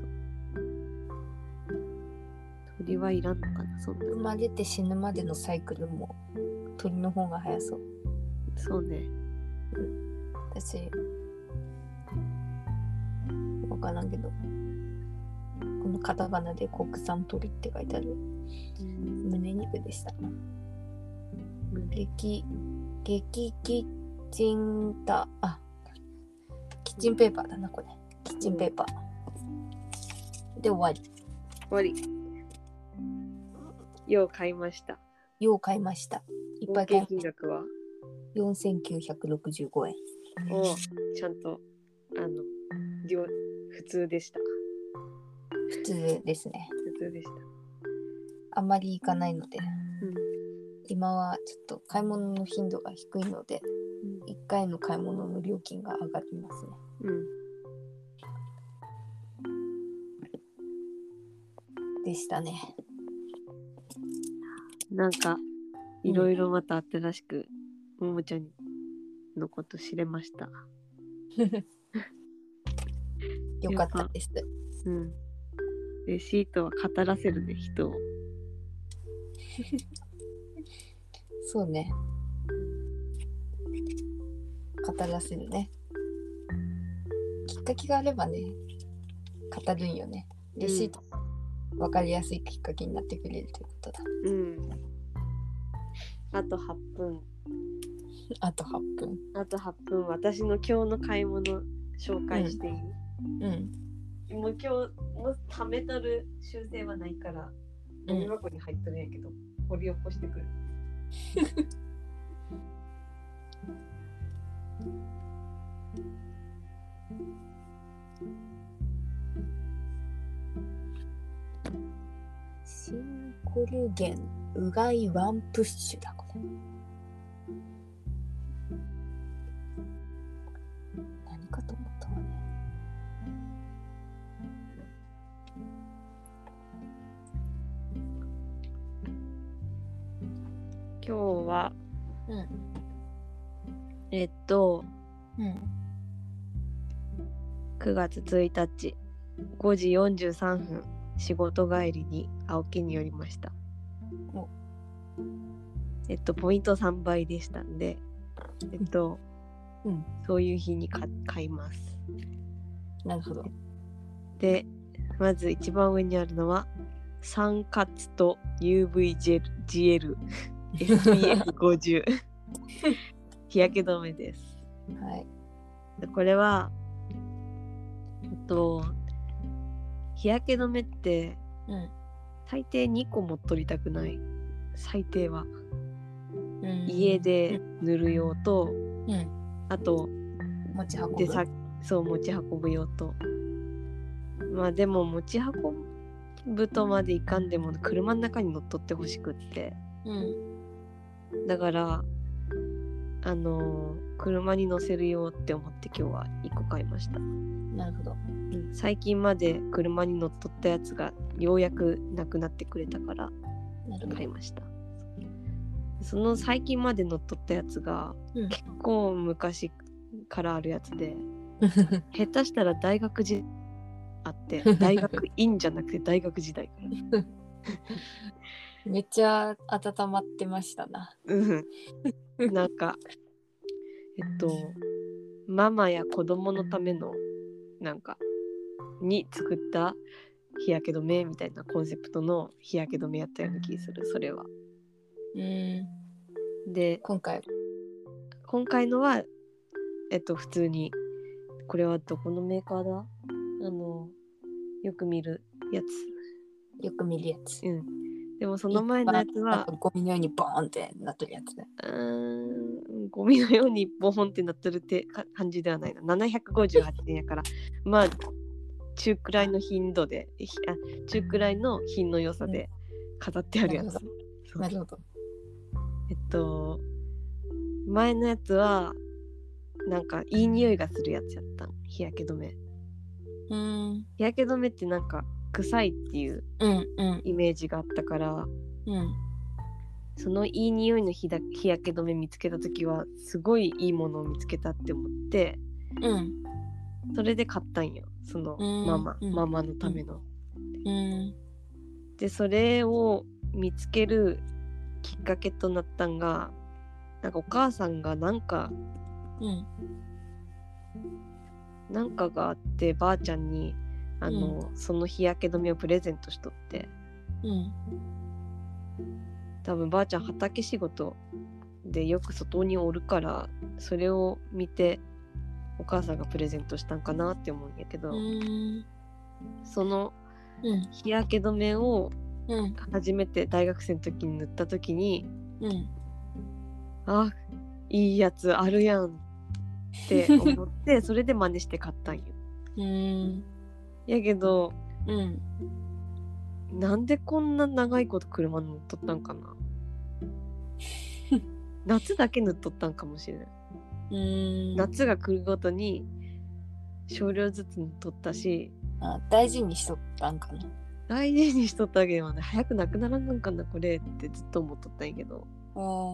鳥はいらんのかな。そんな生まれて死ぬまでのサイクルも鳥の方が早そう。 そうね。 うん、私分からんけど、このカタカナで国産鳥って書いてある、うん、胸肉でした。激激キッチンタあキッチンペーパーだなこれ。キッチンペーパー、うん、で終わり終わり。よう買いました。 よう買いました。いっぱい買いました。金額はよんせんきゅうひゃくろくじゅうごえん。 おちゃんとあの普通でした。 普通ですね。 普通でした。 あんまり行かないので、 うん、 今はちょっと買い物の頻度が低いので、うん、いっかいの買い物の料金が上がりますね。うん、でしたね。 なんかいろいろまた新しく、うん、ももちゃんのこと知れました。 よかったです。 うん。レシートは語らせるね、人を。 そうね。語らせるね。きっかけがあればね、語るんよね。レシート、うん、分かりやすいきっかけになってくれるということだ。 うん。あとはっぷん。 あとはっぷん。あとはっぷん。私の今日の買い物紹介していい？ うん。うん、 もう今日も貯めとる習性はないからゴミ箱に入っとるんやけど、うん、掘り起こしてくる。 シンコルゲンうがいワンプッシュだこれ。何かと思ったわね。 今日は、 うん、 えっと、 うん、 くがつついたちごじよんじゅうさんぷん仕事帰りに青木に寄りました。 おえっとポイントさんばいでしたんで、えっと、うん、そういう日に買います。 なるほど。 で、まず一番上にあるのはサンカツと ユーブイ ジェル ジエルエスピーエフごじゅう 日焼け止めです。 はい。 これはえっと日焼け止めって、うん、大抵にこ持っとりたくない。最低は、うん、家で塗る用と、うん、あと持ち運ぶでさそう持ち運ぶ用と、まあでも持ち運ぶとまでいかんでも車の中に乗っとってほしくって、うん、だからあのー、車に乗せるよって思って今日はいっこ買いました。 なるほど。 うん、最近まで車に乗っとったやつがようやくなくなってくれたから買いました。その最近まで乗っとったやつが、うん、結構昔からあるやつで下手したら大学時代あって大学院じゃなくて大学時代からめっちゃ温まってましたな。 うんなんかえっとママや子供のためのなんかに作った日焼け止めみたいなコンセプトの日焼け止めやったような気する、それは。 うんで今回今回のはえっと普通に、これはどこのメーカーだ、あのよく見るやつ、 よく見るやつ。 うん。でもその前のやつはゴミのようにボーンってなってるやつね。 うーんゴミのようにボーンってなってるって感じではないな。ななひゃくごじゅうはちえんやからまあ中くらいの頻度であ中くらいの品の良さで飾ってあるやつ。 なるほど。 えっと前のやつはなんかいい匂いがするやつやったん、日焼け止め。 うん日焼け止めってなんか臭いっていうイメージがあったから、 うんうん、 そのいい匂いの日だ日焼け止め見つけた時はすごいいいものを見つけたって思って、 うん、 それで買ったんよ、そのママ、 うん、 ママのための、 うん、 でそれを見つけるきっかけとなったんが、なんかお母さんがなんか、 うん、 なんかがあってばあちゃんにあの、うん、その日焼け止めをプレゼントしとって、 うん、 多分ばあちゃん畑仕事でよく外におるからそれを見てお母さんがプレゼントしたんかなって思うんやけど、 うん、 その日焼け止めを初めて大学生の時に塗った時に、うん、あ、いいやつあるやんって思ってそれで真似して買ったんよ。うんやけど、うん、なんでこんな長いこと車乗っとったんかな夏だけ塗っとったんかもしれない。うーん夏が来るごとに少量ずつ塗っとったし、 あ、大事にしとったんかな。 大事にしとったわけではない。早くなくならんのかなこれってずっと思っとったんやけど。 あ、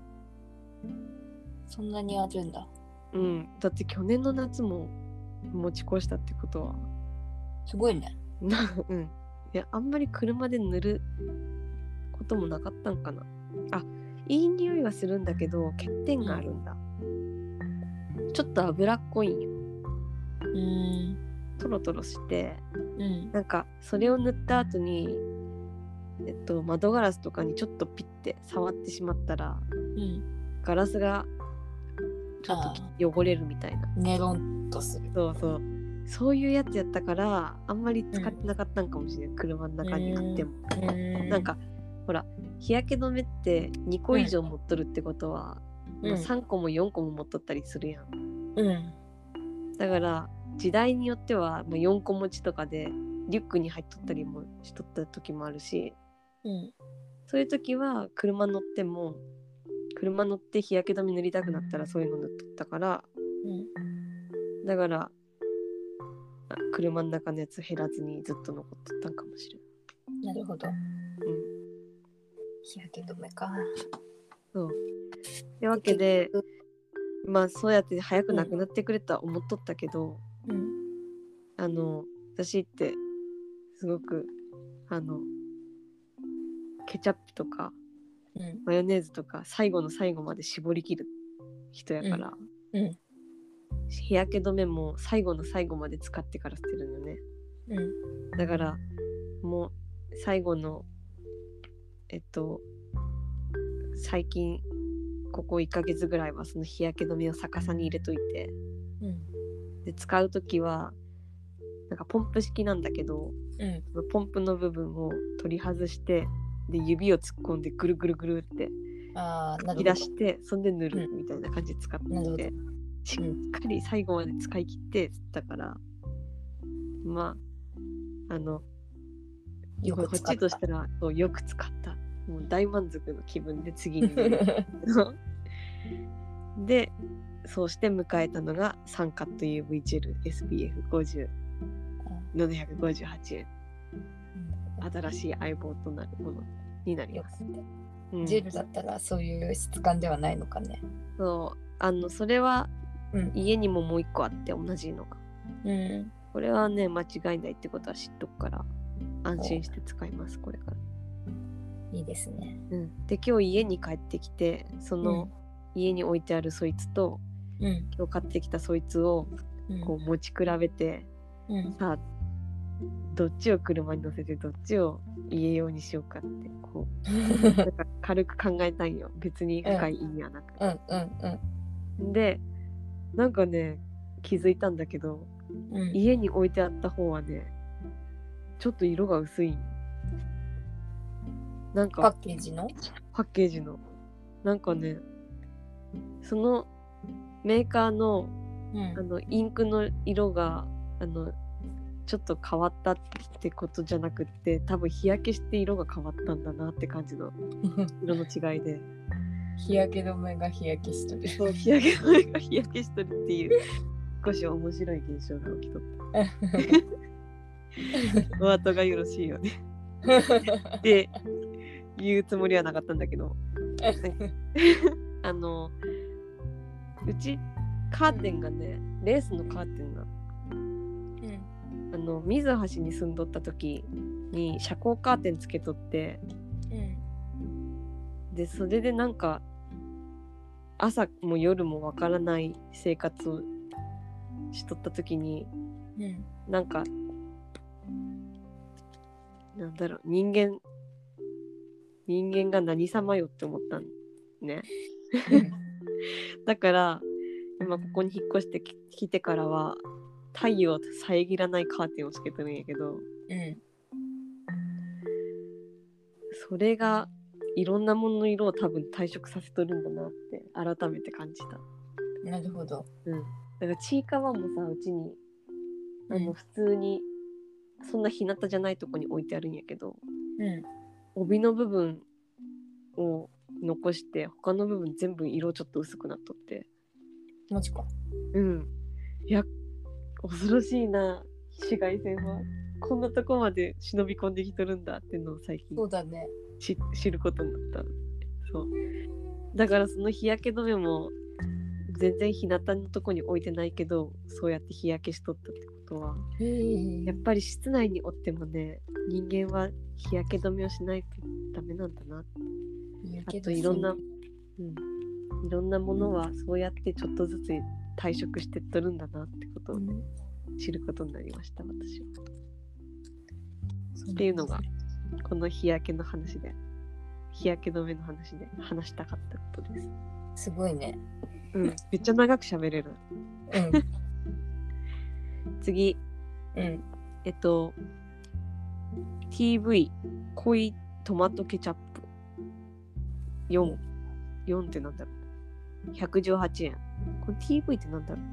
そんなにあるんだ。 うん、だって去年の夏も持ち越したってことはすごいね。 うん。いや、あんまり車で塗ることもなかったんかな。あ、いい匂いはするんだけど欠点があるんだ。ちょっと脂っこいんよ。うーん。トロトロして、うん、なんかそれを塗った後に、えっと窓ガラスとかにちょっとピッて触ってしまったら、うん、ガラスがちょっと汚れるみたいな。 ネロンとする。 そうそう。そういうやつやったからあんまり使ってなかったんかもしれない、うん、車の中に買っても、えー、なんかほら日焼け止めってにこ以上持っとるってことは、うんまあ、さんこもよんこも持っとったりするやん、うん、だから時代によっては、まあ、よんこ持ちとかでリュックに入っとったりもしとった時もあるし、うん、そういう時は車乗っても車乗って日焼け止め塗りたくなったらそういうの塗っとったから、うん、だから車の中のやつ減らずにずっと残ってたんかもしれない。なるほど。うん。日焼け止めか。 そう。ってわけで、まあそうやって早くなくなってくれとは思っとったけど、うん、あの私ってすごくあのケチャップとか、うん、マヨネーズとか最後の最後まで絞り切る人やから。うん。うん日焼け止めも最後の最後まで使ってから捨てるのね、うん、だからもう最後のえっと最近ここいっかげつぐらいはその日焼け止めを逆さに入れといて、うん、で使うときはなんかポンプ式なんだけど、うん、そのポンプの部分を取り外してで指を突っ込んでぐるぐるぐるって引き出してそんで塗るみたいな感じで使ってて、うんしっかり最後まで使い切ってだから、うん、まああのよくこっちとしたらそうよく使ったもう大満足の気分で次にでそうして迎えたのがサンカット ユーブイ ジェル エスピーエフごじゅう ななひゃくごじゅうはちえん、うん、新しい相棒となるものになります、 うん、ジェルだったらそういう質感ではないのかね。 そうあのそれはうん、家にももう一個あって同じのが、うん、これはね間違いないってことは知っとくから安心して使いますこれから。 いいですね、 うん、で今日家に帰ってきてその、うん、家に置いてあるそいつとうん、 今日買ってきたそいつをこう持ち比べて、 うん、 さあどっちを車に乗せてどっちを家用にしようかってこうなんか軽く考えたいよ。別に深い意味はなく、 うんうんうん、でなんかね気づいたんだけど、 うん、 家に置いてあった方はねちょっと色が薄い。なんかパッケージのパッケージのなんかねそのメーカーの、 うん、 あのインクの色があのちょっと変わったってことじゃなくって多分日焼けして色が変わったんだなって感じの色の違いで日焼け止めが日焼けしとる。 そう日焼け止めが日焼けしとるっていう少し面白い現象が起きとったお後がよろしいよねって言うつもりはなかったんだけどあのうちカーテンがねレースのカーテンが、うん、あの水橋に住んどった時に遮光カーテンつけとって、うん、でそれでなんか朝も夜もわからない生活をしとった時に、うん、なんかなんだろう人間人間が何様よって思ったんね、うん、だから今ここに引っ越してきてからは太陽を遮らないカーテンをつけてるんやけど、うん、それがいろんなものの色を多分退色させとるんだなって改めて感じた。 なるほど。 うん。だからちいかわもさうちにあの、うん、普通にそんな日向じゃないとこに置いてあるんやけど、うん、帯の部分を残して他の部分全部色ちょっと薄くなっとって。 マジか。 うん。いや恐ろしいな紫外線はこんなとこまで忍び込んできとるんだっていうのを最近そうだね知ることになった。そうだからその日焼け止めも全然日向のとこに置いてないけどそうやって日焼けしとったってことはやっぱり室内におってもね人間は日焼け止めをしないとダメなんだなって。あといろんな、うん、いろんなものはそうやってちょっとずつ退色してっとるんだなってことを、ね、知ることになりました私は。っていうのがこの日焼けの話で日焼け止めの話で話したかったことです。 すごいね。 うん、めっちゃ長く喋れる。うん、次、うん、えっと ティーブイ 濃いトマトケチャップよん、よんってなんだろうひゃくじゅうはちえん。これ ティーブイ ってなんだろ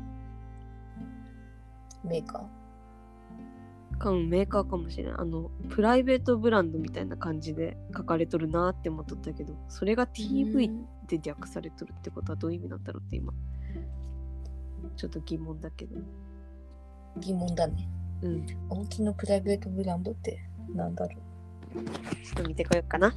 うメーカーかメーカーかもしれない。あのプライベートブランドみたいな感じで書かれとるなって思っとったけどそれが ティーブイ って略されとるってことはどういう意味なんだろうって今ちょっと疑問だけど。 疑問だね。うん。大きのプライベートブランドってなんだろう。ちょっと見てこようかな。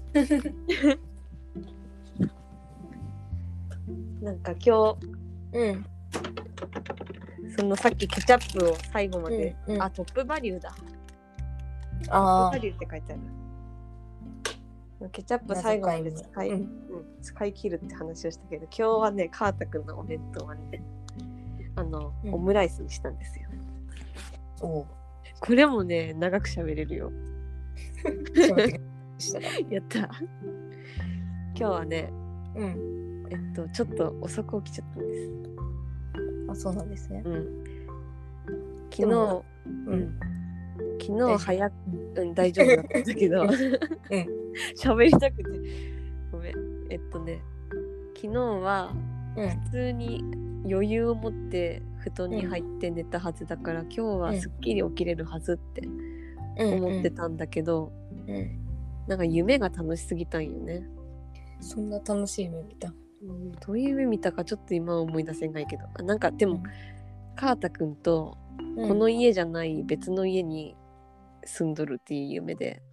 なんか今日、うん、そのさっきケチャップを最後まで、うんうん、あトップバリューだ。あトップバリューって書いてある。ケチャップ最後まで使い、うんうん、使い切るって話をしたけど今日はねカータ君のお弁当はねあの、うん、オムライスにしたんですよ。おこれもね長く喋れるよ。やった。今日はね、うん、えっとちょっと遅く起きちゃったんです。 あ、そうなんですね。うん、 昨日、うん、昨日早く、うん、大丈夫だったんだけど、喋、うん、りたくてごめん。えっとね、昨日は普通に余裕を持って布団に入って寝たはずだから、うん、今日はすっきり起きれるはずって思ってたんだけど、うんうん、なんか夢が楽しすぎたんよね。 そんな楽しい夢見た、 うん、どういう夢見たかちょっと今は思い出せないけどなんかでも、うん、カータ君とこの家じゃない別の家に住んどるっていう夢で、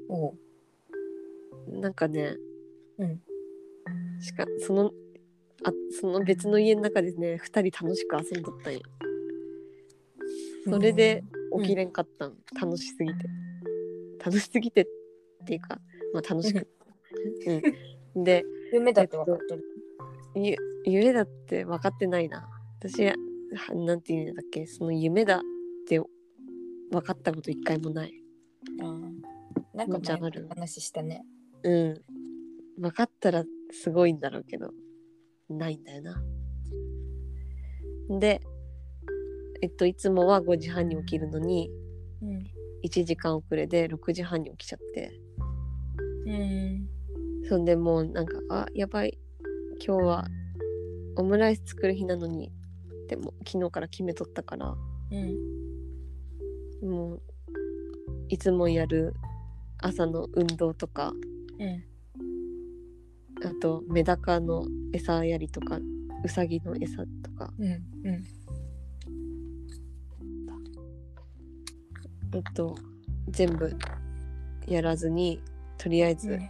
うん、なんかね、うん、しかそのあその別の家の中でねふたり楽しく遊んどったんよ。それで起きれんかったん、うん、楽しすぎて楽しすぎてっていうかまあ楽しく、うん、で夢だって分かってる、 えっ夢だって分かってないな。私はなんていうんだっけ、その夢だって分かったこと一回もない。 あなんか前の話したね。 うん分かったらすごいんだろうけどないんだよな。でえっといつもはごじはんに起きるのに、うん、いちじかん遅れでろくじはんに起きちゃって、うんそんでもうなんかあやばい今日はオムライス作る日なのにでも昨日から決めとったから、うん、もういつもやる朝の運動とか、うん、あとメダカの餌やりとかウサギの餌とか、うんうん、えっと全部やらずにとりあえず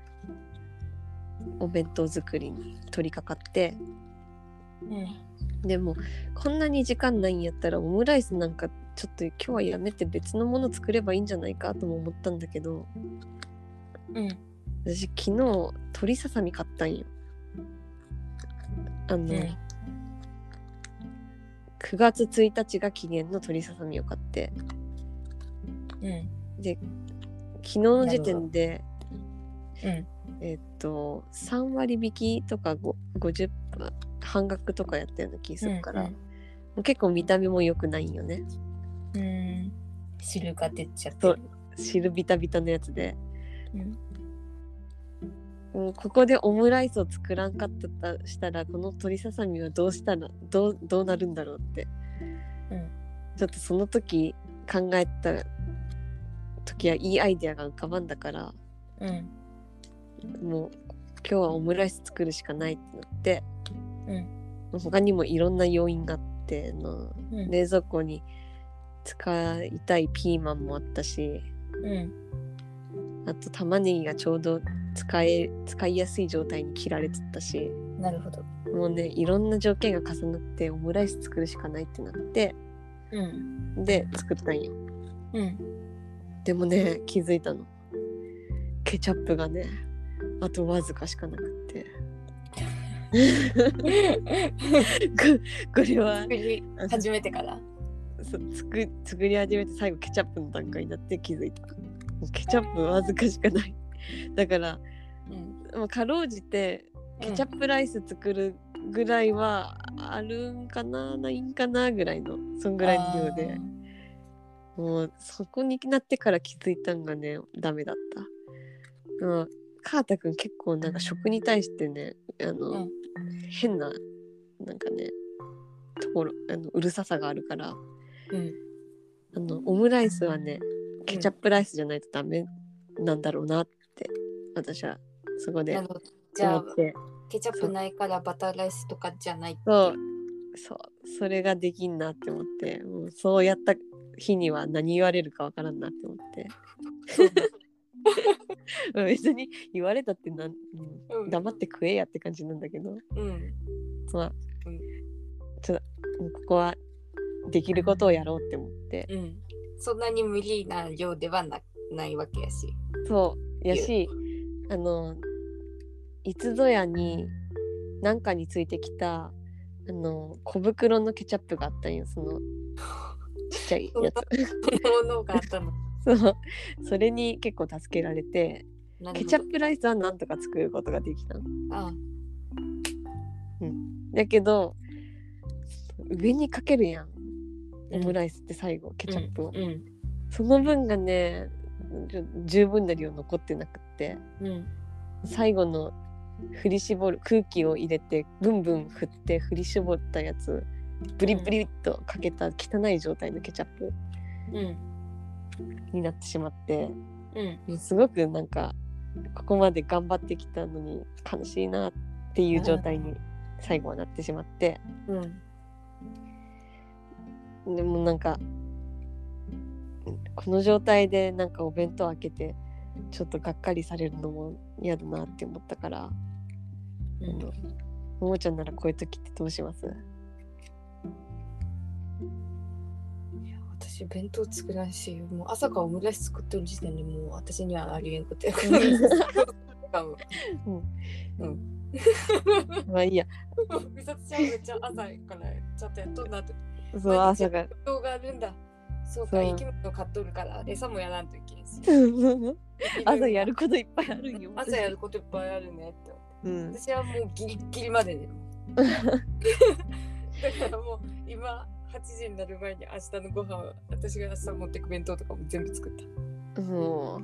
お弁当作りに取り掛かって、うん、でもこんなに時間ないんやったらオムライスなんかちょっと今日はやめて別のもの作ればいいんじゃないかとも思ったんだけど、うん、私昨日鶏ささみ買ったんよ。あの、うん、くがつついたちが期限の鶏ささみを買って、うん、で昨日の時点で、うん、えっとさんわり引きとかごじゅっパーセント半額とかやったような気するから、うんうん、結構見た目も良くないんよね。 うん汁が出ちゃってる。 汁ビタビタのやつで、うん、ここでオムライスを作らんかったとしたらこの鶏ささみはどうしたらどう、どうなるんだろうって、うん、ちょっとその時考えた時はいいアイデアが浮かばんだから、うん、もう今日はオムライス作るしかないってなって、うん、他にもいろんな要因があっての、うん、冷蔵庫に使いたいピーマンもあったし、うん、あと玉ねぎがちょうど使え使いやすい状態に切られてたし、 なるほど。 もうねいろんな条件が重なってオムライス作るしかないってなって、うん、で作ったんよ、うん、でもね気づいたのケチャップがねあとわずかしかなくってこれは作り始めてからそう 作, 作り始めて最後ケチャップの段階になって気づいた。ケチャップわずかしかないだから、うん、もうかろうじてケチャップライス作るぐらいはあるんかな、ないんかなぐらいのそんぐらいの量で、もうそこになってから気づいたんがねダメだった。うんカータくん結構なんか食に対してねあの、うん、変ななんかねところあのうるささがあるから、うん、あのオムライスはねケチャップライスじゃないとダメなんだろうなって私はそこで思って、 じゃあケチャップないからバターライスとかじゃないってそうそうそれができんなって思ってもうそうやった日には何言われるかわからんなって思って別に言われたってなん、うん、黙って食えやって感じなんだけど、うん、まあ、うん、ちょっとここはできることをやろうって思って、うん、 そんなに無理な量では な, ないわけやしそうやしあのいつぞやになんかについてきたあの小袋のケチャップがあったんよそのちっちゃいやつそんなものがあったのそうそれに結構助けられてケチャップライスはなんとか作ることができたの。ああ、うん、だけど上にかけるやんオムライスって最後、うん、ケチャップを、うんうん、その分がね十分な量残ってなくって、うん、最後の振り絞る空気を入れてブンブン振って振り絞ったやつブリブリっとかけた汚い状態のケチャップ、うんになってしまって、うん、すごくなんかここまで頑張ってきたのに悲しいなっていう状態に最後はなってしまって、うん、でもなんかこの状態でなんかお弁当開けてちょっとがっかりされるのも嫌だなって思ったから、うん、あのももちゃんならこういう時ってどうします？ 私弁当作らんしもう朝からオムライス作ってる時点でもう私にはありえんことやからうん、うん、 まあいいや。 美里ちゃんめっちゃ朝からちゃんとやっとんなと。 そう朝が動画あるんだ。そうか、生き物買っとるから餌もやらんといけんし。 朝やることいっぱいあるんよ。 朝やることいっぱいあるねって。 うん、 私はもうギリギリまで寝る。だからもう今はちじになる前に明日のご飯私が明日持ってく弁当とかも全部作った。 そう、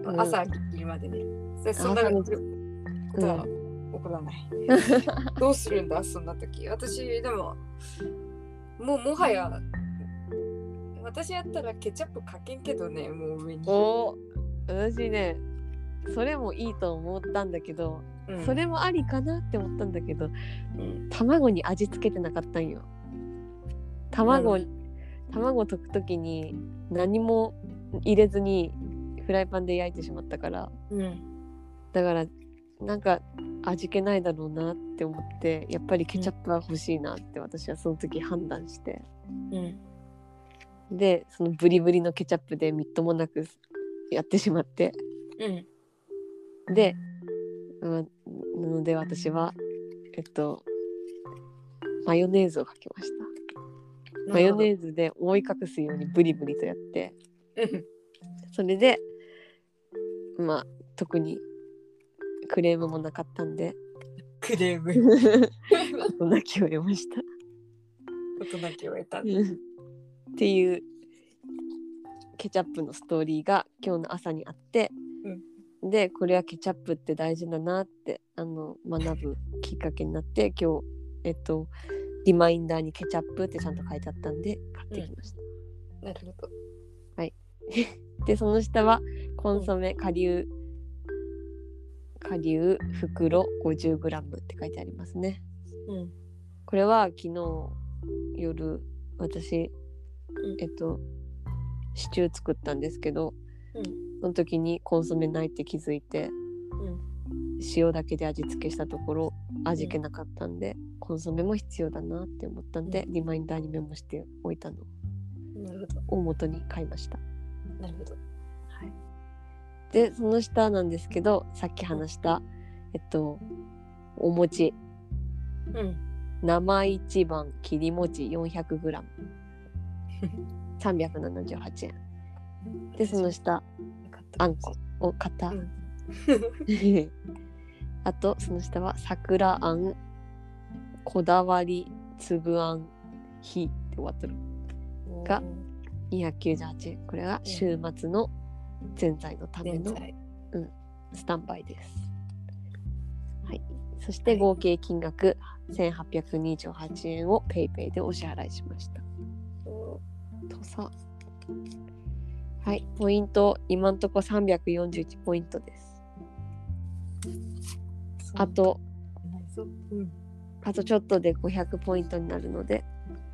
うん、朝ギリギリまで寝る。そんなことは起こらない。どうするんだそんな時。私でももうもはや私やったらケチャップかけんけどね、もう上に。 お私ねそれもいいと思ったんだけど、うん、それもありかなって思ったんだけど、うん、卵に味付けてなかったんよ。卵、うん、卵溶く時に何も入れずにフライパンで焼いてしまったから、うん、だからなんか味気ないだろうなって思ってやっぱりケチャップは欲しいなって私はその時判断して、うん、でそのブリブリのケチャップでみっともなくやってしまって、うん、で、うん、なので私はえっとマヨネーズをかけました。マヨネーズで覆い隠すようにブリブリとやって、それでまあ特にクレームもなかったんでクレーム事なきを得ました。 事なきを得たっていうケチャップのストーリーが今日の朝にあって、うん、でこれはケチャップって大事だなってあの学ぶきっかけになって今日えっとリマインダーにケチャップってちゃんと書いてあったんで買ってきました、 うん、なるほど。 はいでその下はコンソメ顆粒顆粒袋 ごじゅうグラム って書いてありますね、うん、これは昨日夜私、うん、えっとシチュー作ったんですけど、うん、その時にコンソメないって気づいて、うん、塩だけで味付けしたところ味気なかったんで、うん、コンソメも必要だなって思ったんで、うん、リマインダーにメモしておいたのを元に買いました。 なるほど、はい、 でその下なんですけどさっき話したえっとお餅、うん、生一番切り餅 よんひゃくグラム さんびゃくななじゅうはちえんでその下あんこを買った、うん、あとその下は桜あんこだわり粒あんひって終わってるがにひゃくきゅうじゅうはちえん。これが週末のぜんざいのための、うん、スタンバイです、はい、そして合計金額、はい、せんはっぴゃくにじゅうはちえんをペイペイでお支払いしました。とさはい、ポイント今んとこさんびゃくよんじゅういちポイントです。あと、うん、あとちょっとでごひゃくポイントになるので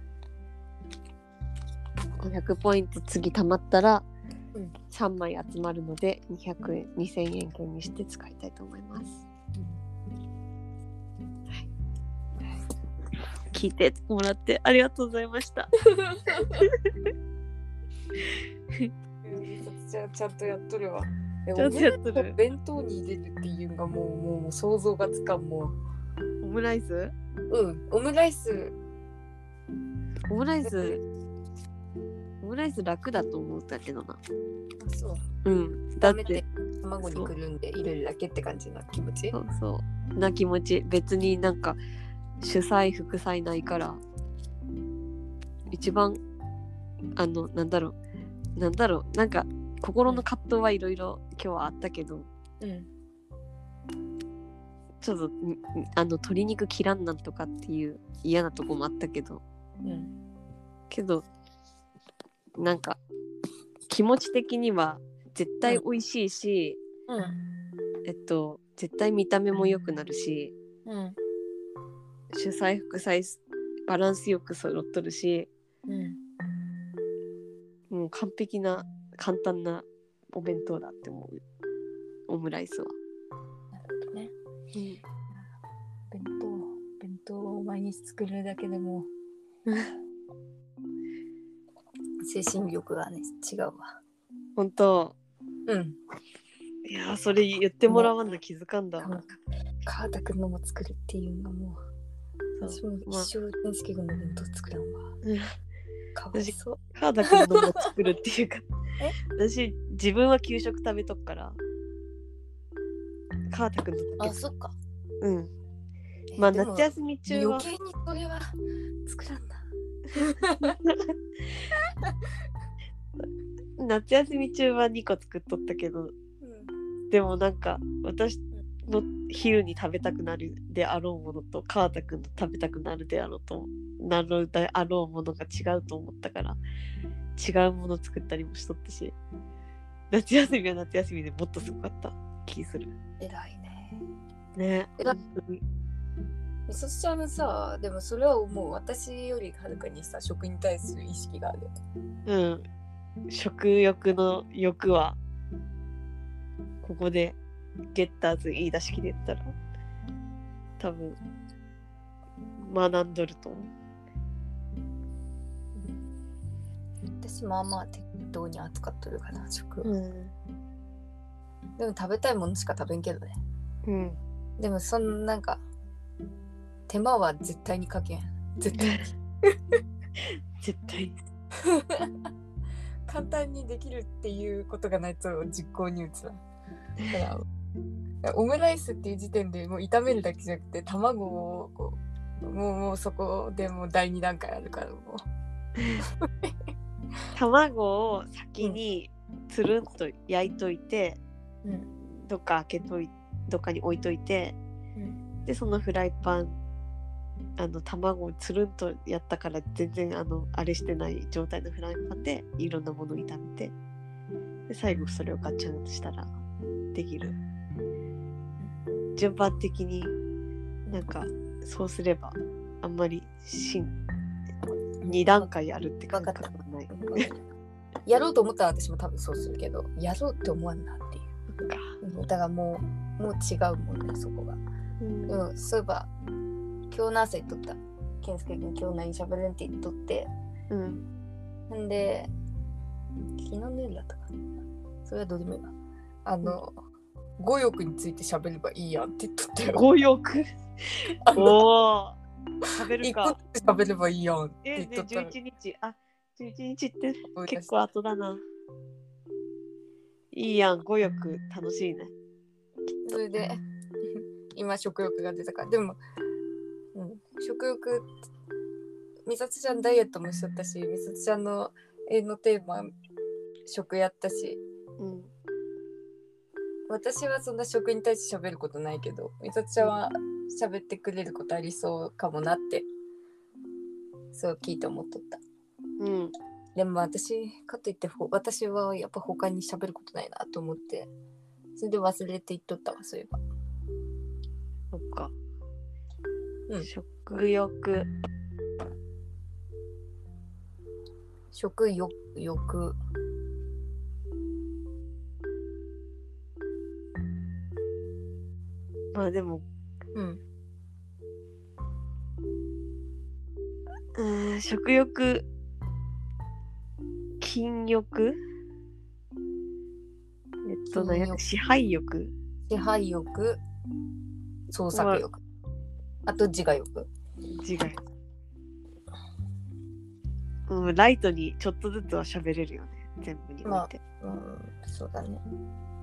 ごひゃくポイント次貯まったら、うん、さんまい集まるのでにひゃくえんにせんえん券にして使いたいと思います、うんはい、聞いてもらってありがとうございましたちゃ, ちゃんとやっとるわ。 ちゃんとやっとる。 弁当に入れるっていうのがもうもう想像がつかん。もうオムライスうんオムライスオムライスオムライス楽だと思ったけどな。 あそううんだって卵にくるんで入れるだけって感じな気持ち。 そうそうな気持ち。別になんか主菜副菜ないから一番あのなんだろうなんだろうなんか心の葛藤はいろいろ今日はあったけど、うん、ちょっとあの鶏肉切らんなんとかっていう嫌なとこもあったけど、うん、けどなんか気持ち的には絶対美味しいし、うん、えっと絶対見た目も良くなるし、うん、主菜副菜バランスよく揃っとるし、うん、もう完璧な簡単なお弁当だって思うオムライスは。 なるほどね、うん、弁当弁当を毎日作るだけでも精神力がね違うわ。 本当。 うん。 いやそれ言ってもらわんの気づかんだ。 川田くんのも作るっていうのがもう私も一生健介君の弁当作らんわ、 うん、 かわいそう。 川田くんのも作るっていうかえ私自分は給食食べとくから川田くんのだけ。 あ、そっか。 うん。まあ夏休み中は余計にそれは作らんな夏休み中はにこ作っとったけど、うん、でもなんか私の昼に食べたくなるであろうものと川田くんの食べたくなるであろうとなるであろうものが違うと思ったから違うもの作ったりもしとったし、夏休みは夏休みでもっとすごかった気する。 偉いね。 ね。 偉い。みそちゃんさ、でもそれはもう私よりはるかにさ食に対する意識がある。 うん。食欲の欲はここでゲッターズ言い出し切れたら多分学んどると思う。 私まあまあ適当に扱っとるかな食、 うん、 でも食べたいものしか食べんけどね。 うん。 でもそのなんか手間は絶対にかけん。絶対に絶対簡単にできるっていうことがないと実行に移らん。だからオムライスっていう時点でもう炒めるだけじゃなくて卵をこうもうもうそこでもうだいに段階あるからもう卵を先につるんと焼いといて、 うん、 どっか開けといどっかに置いといて、うん、でそのフライパンあの卵をつるんとやったから全然あのあれしてない状態のフライパンでいろんなものを炒めてで最後それをガッチャンとしたらできる。順番的になんかそうすればあんまりしに段階やるって感覚はない。 やろうと思ったら私も多分そうするけどやろうって思わんなっていう。だからもうもう違うもんねそこが。うん、でもそういえば今日の朝言っとった。健介君今日何しゃべるんって言っとって。うん。んで昨日の夜だったかな。それはどうでもいいわ。あの、うん、語欲についてしゃべればいいやんって言っとったよ。 語欲おお。しゃべるか。 しゃべればいいやんって言っとったら。 え、でじゅういちにちあじゅういちにちって結構後だな。いいやん語欲楽しいね。 それで今食欲が出たからでも。うん、食欲みさつちゃんダイエットもしとったしみさつちゃんの絵のテーマ食やったし、うん、私はそんな食に対して喋ることないけどみさつちゃんは喋ってくれることありそうかもなってそう聞いて思っとった、うん、でも私かといって私はやっぱ他に喋ることないなと思ってそれで忘れていっとったわそういえば。 そっか。うん、食欲食欲欲まあでもうんうん食欲禁欲えっと何や支配欲支配欲創作欲、まああと自我欲自我欲うんライトにちょっとずつは喋れるよね全部において、 まあ、うんそうだね、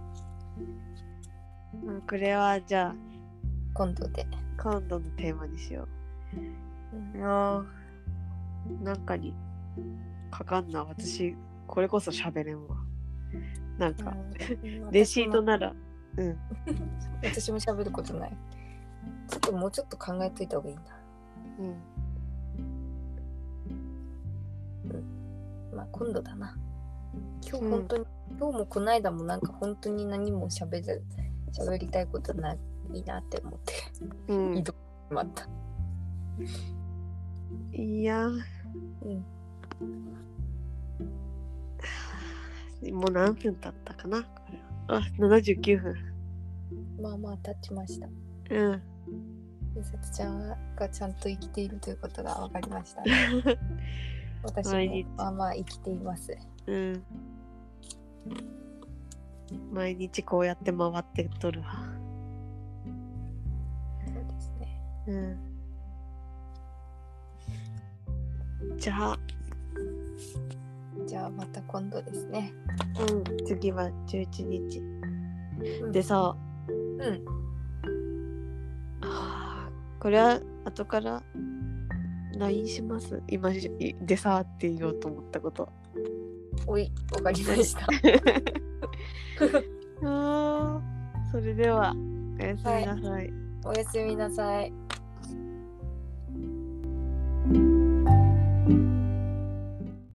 うん、これはじゃあ今度で今度のテーマにしよう、うん、いやなんかにかかんな私これこそ喋れんわなんか、うん、レシートならうん私も喋ることないちょっともうちょっと考えといた方がいいな。うん。うん。まあ今度だな。今日本当に、うん、今日もこの間もなんか本当に何も喋る喋りたいことないなって思って、うん、移動しまった。 いや、うん。もう何分経ったかな。あ、ななじゅうきゅうふん。 まあまあ経ちました。 うん。 みさつちゃんがちゃんと生きているということが分かりましたね。私もまあまあ生きています。うん。 毎日こうやって回ってとるわ。 うん。じゃあじゃあまた今度ですね。 うん次はじゅういちにち、 うん、 でさ、 うんあこれは後から ライン します。今でさって言おうと思ったこと。 おい、わかりました。 あそれではおやすみなさい。 はい、おやすみなさい。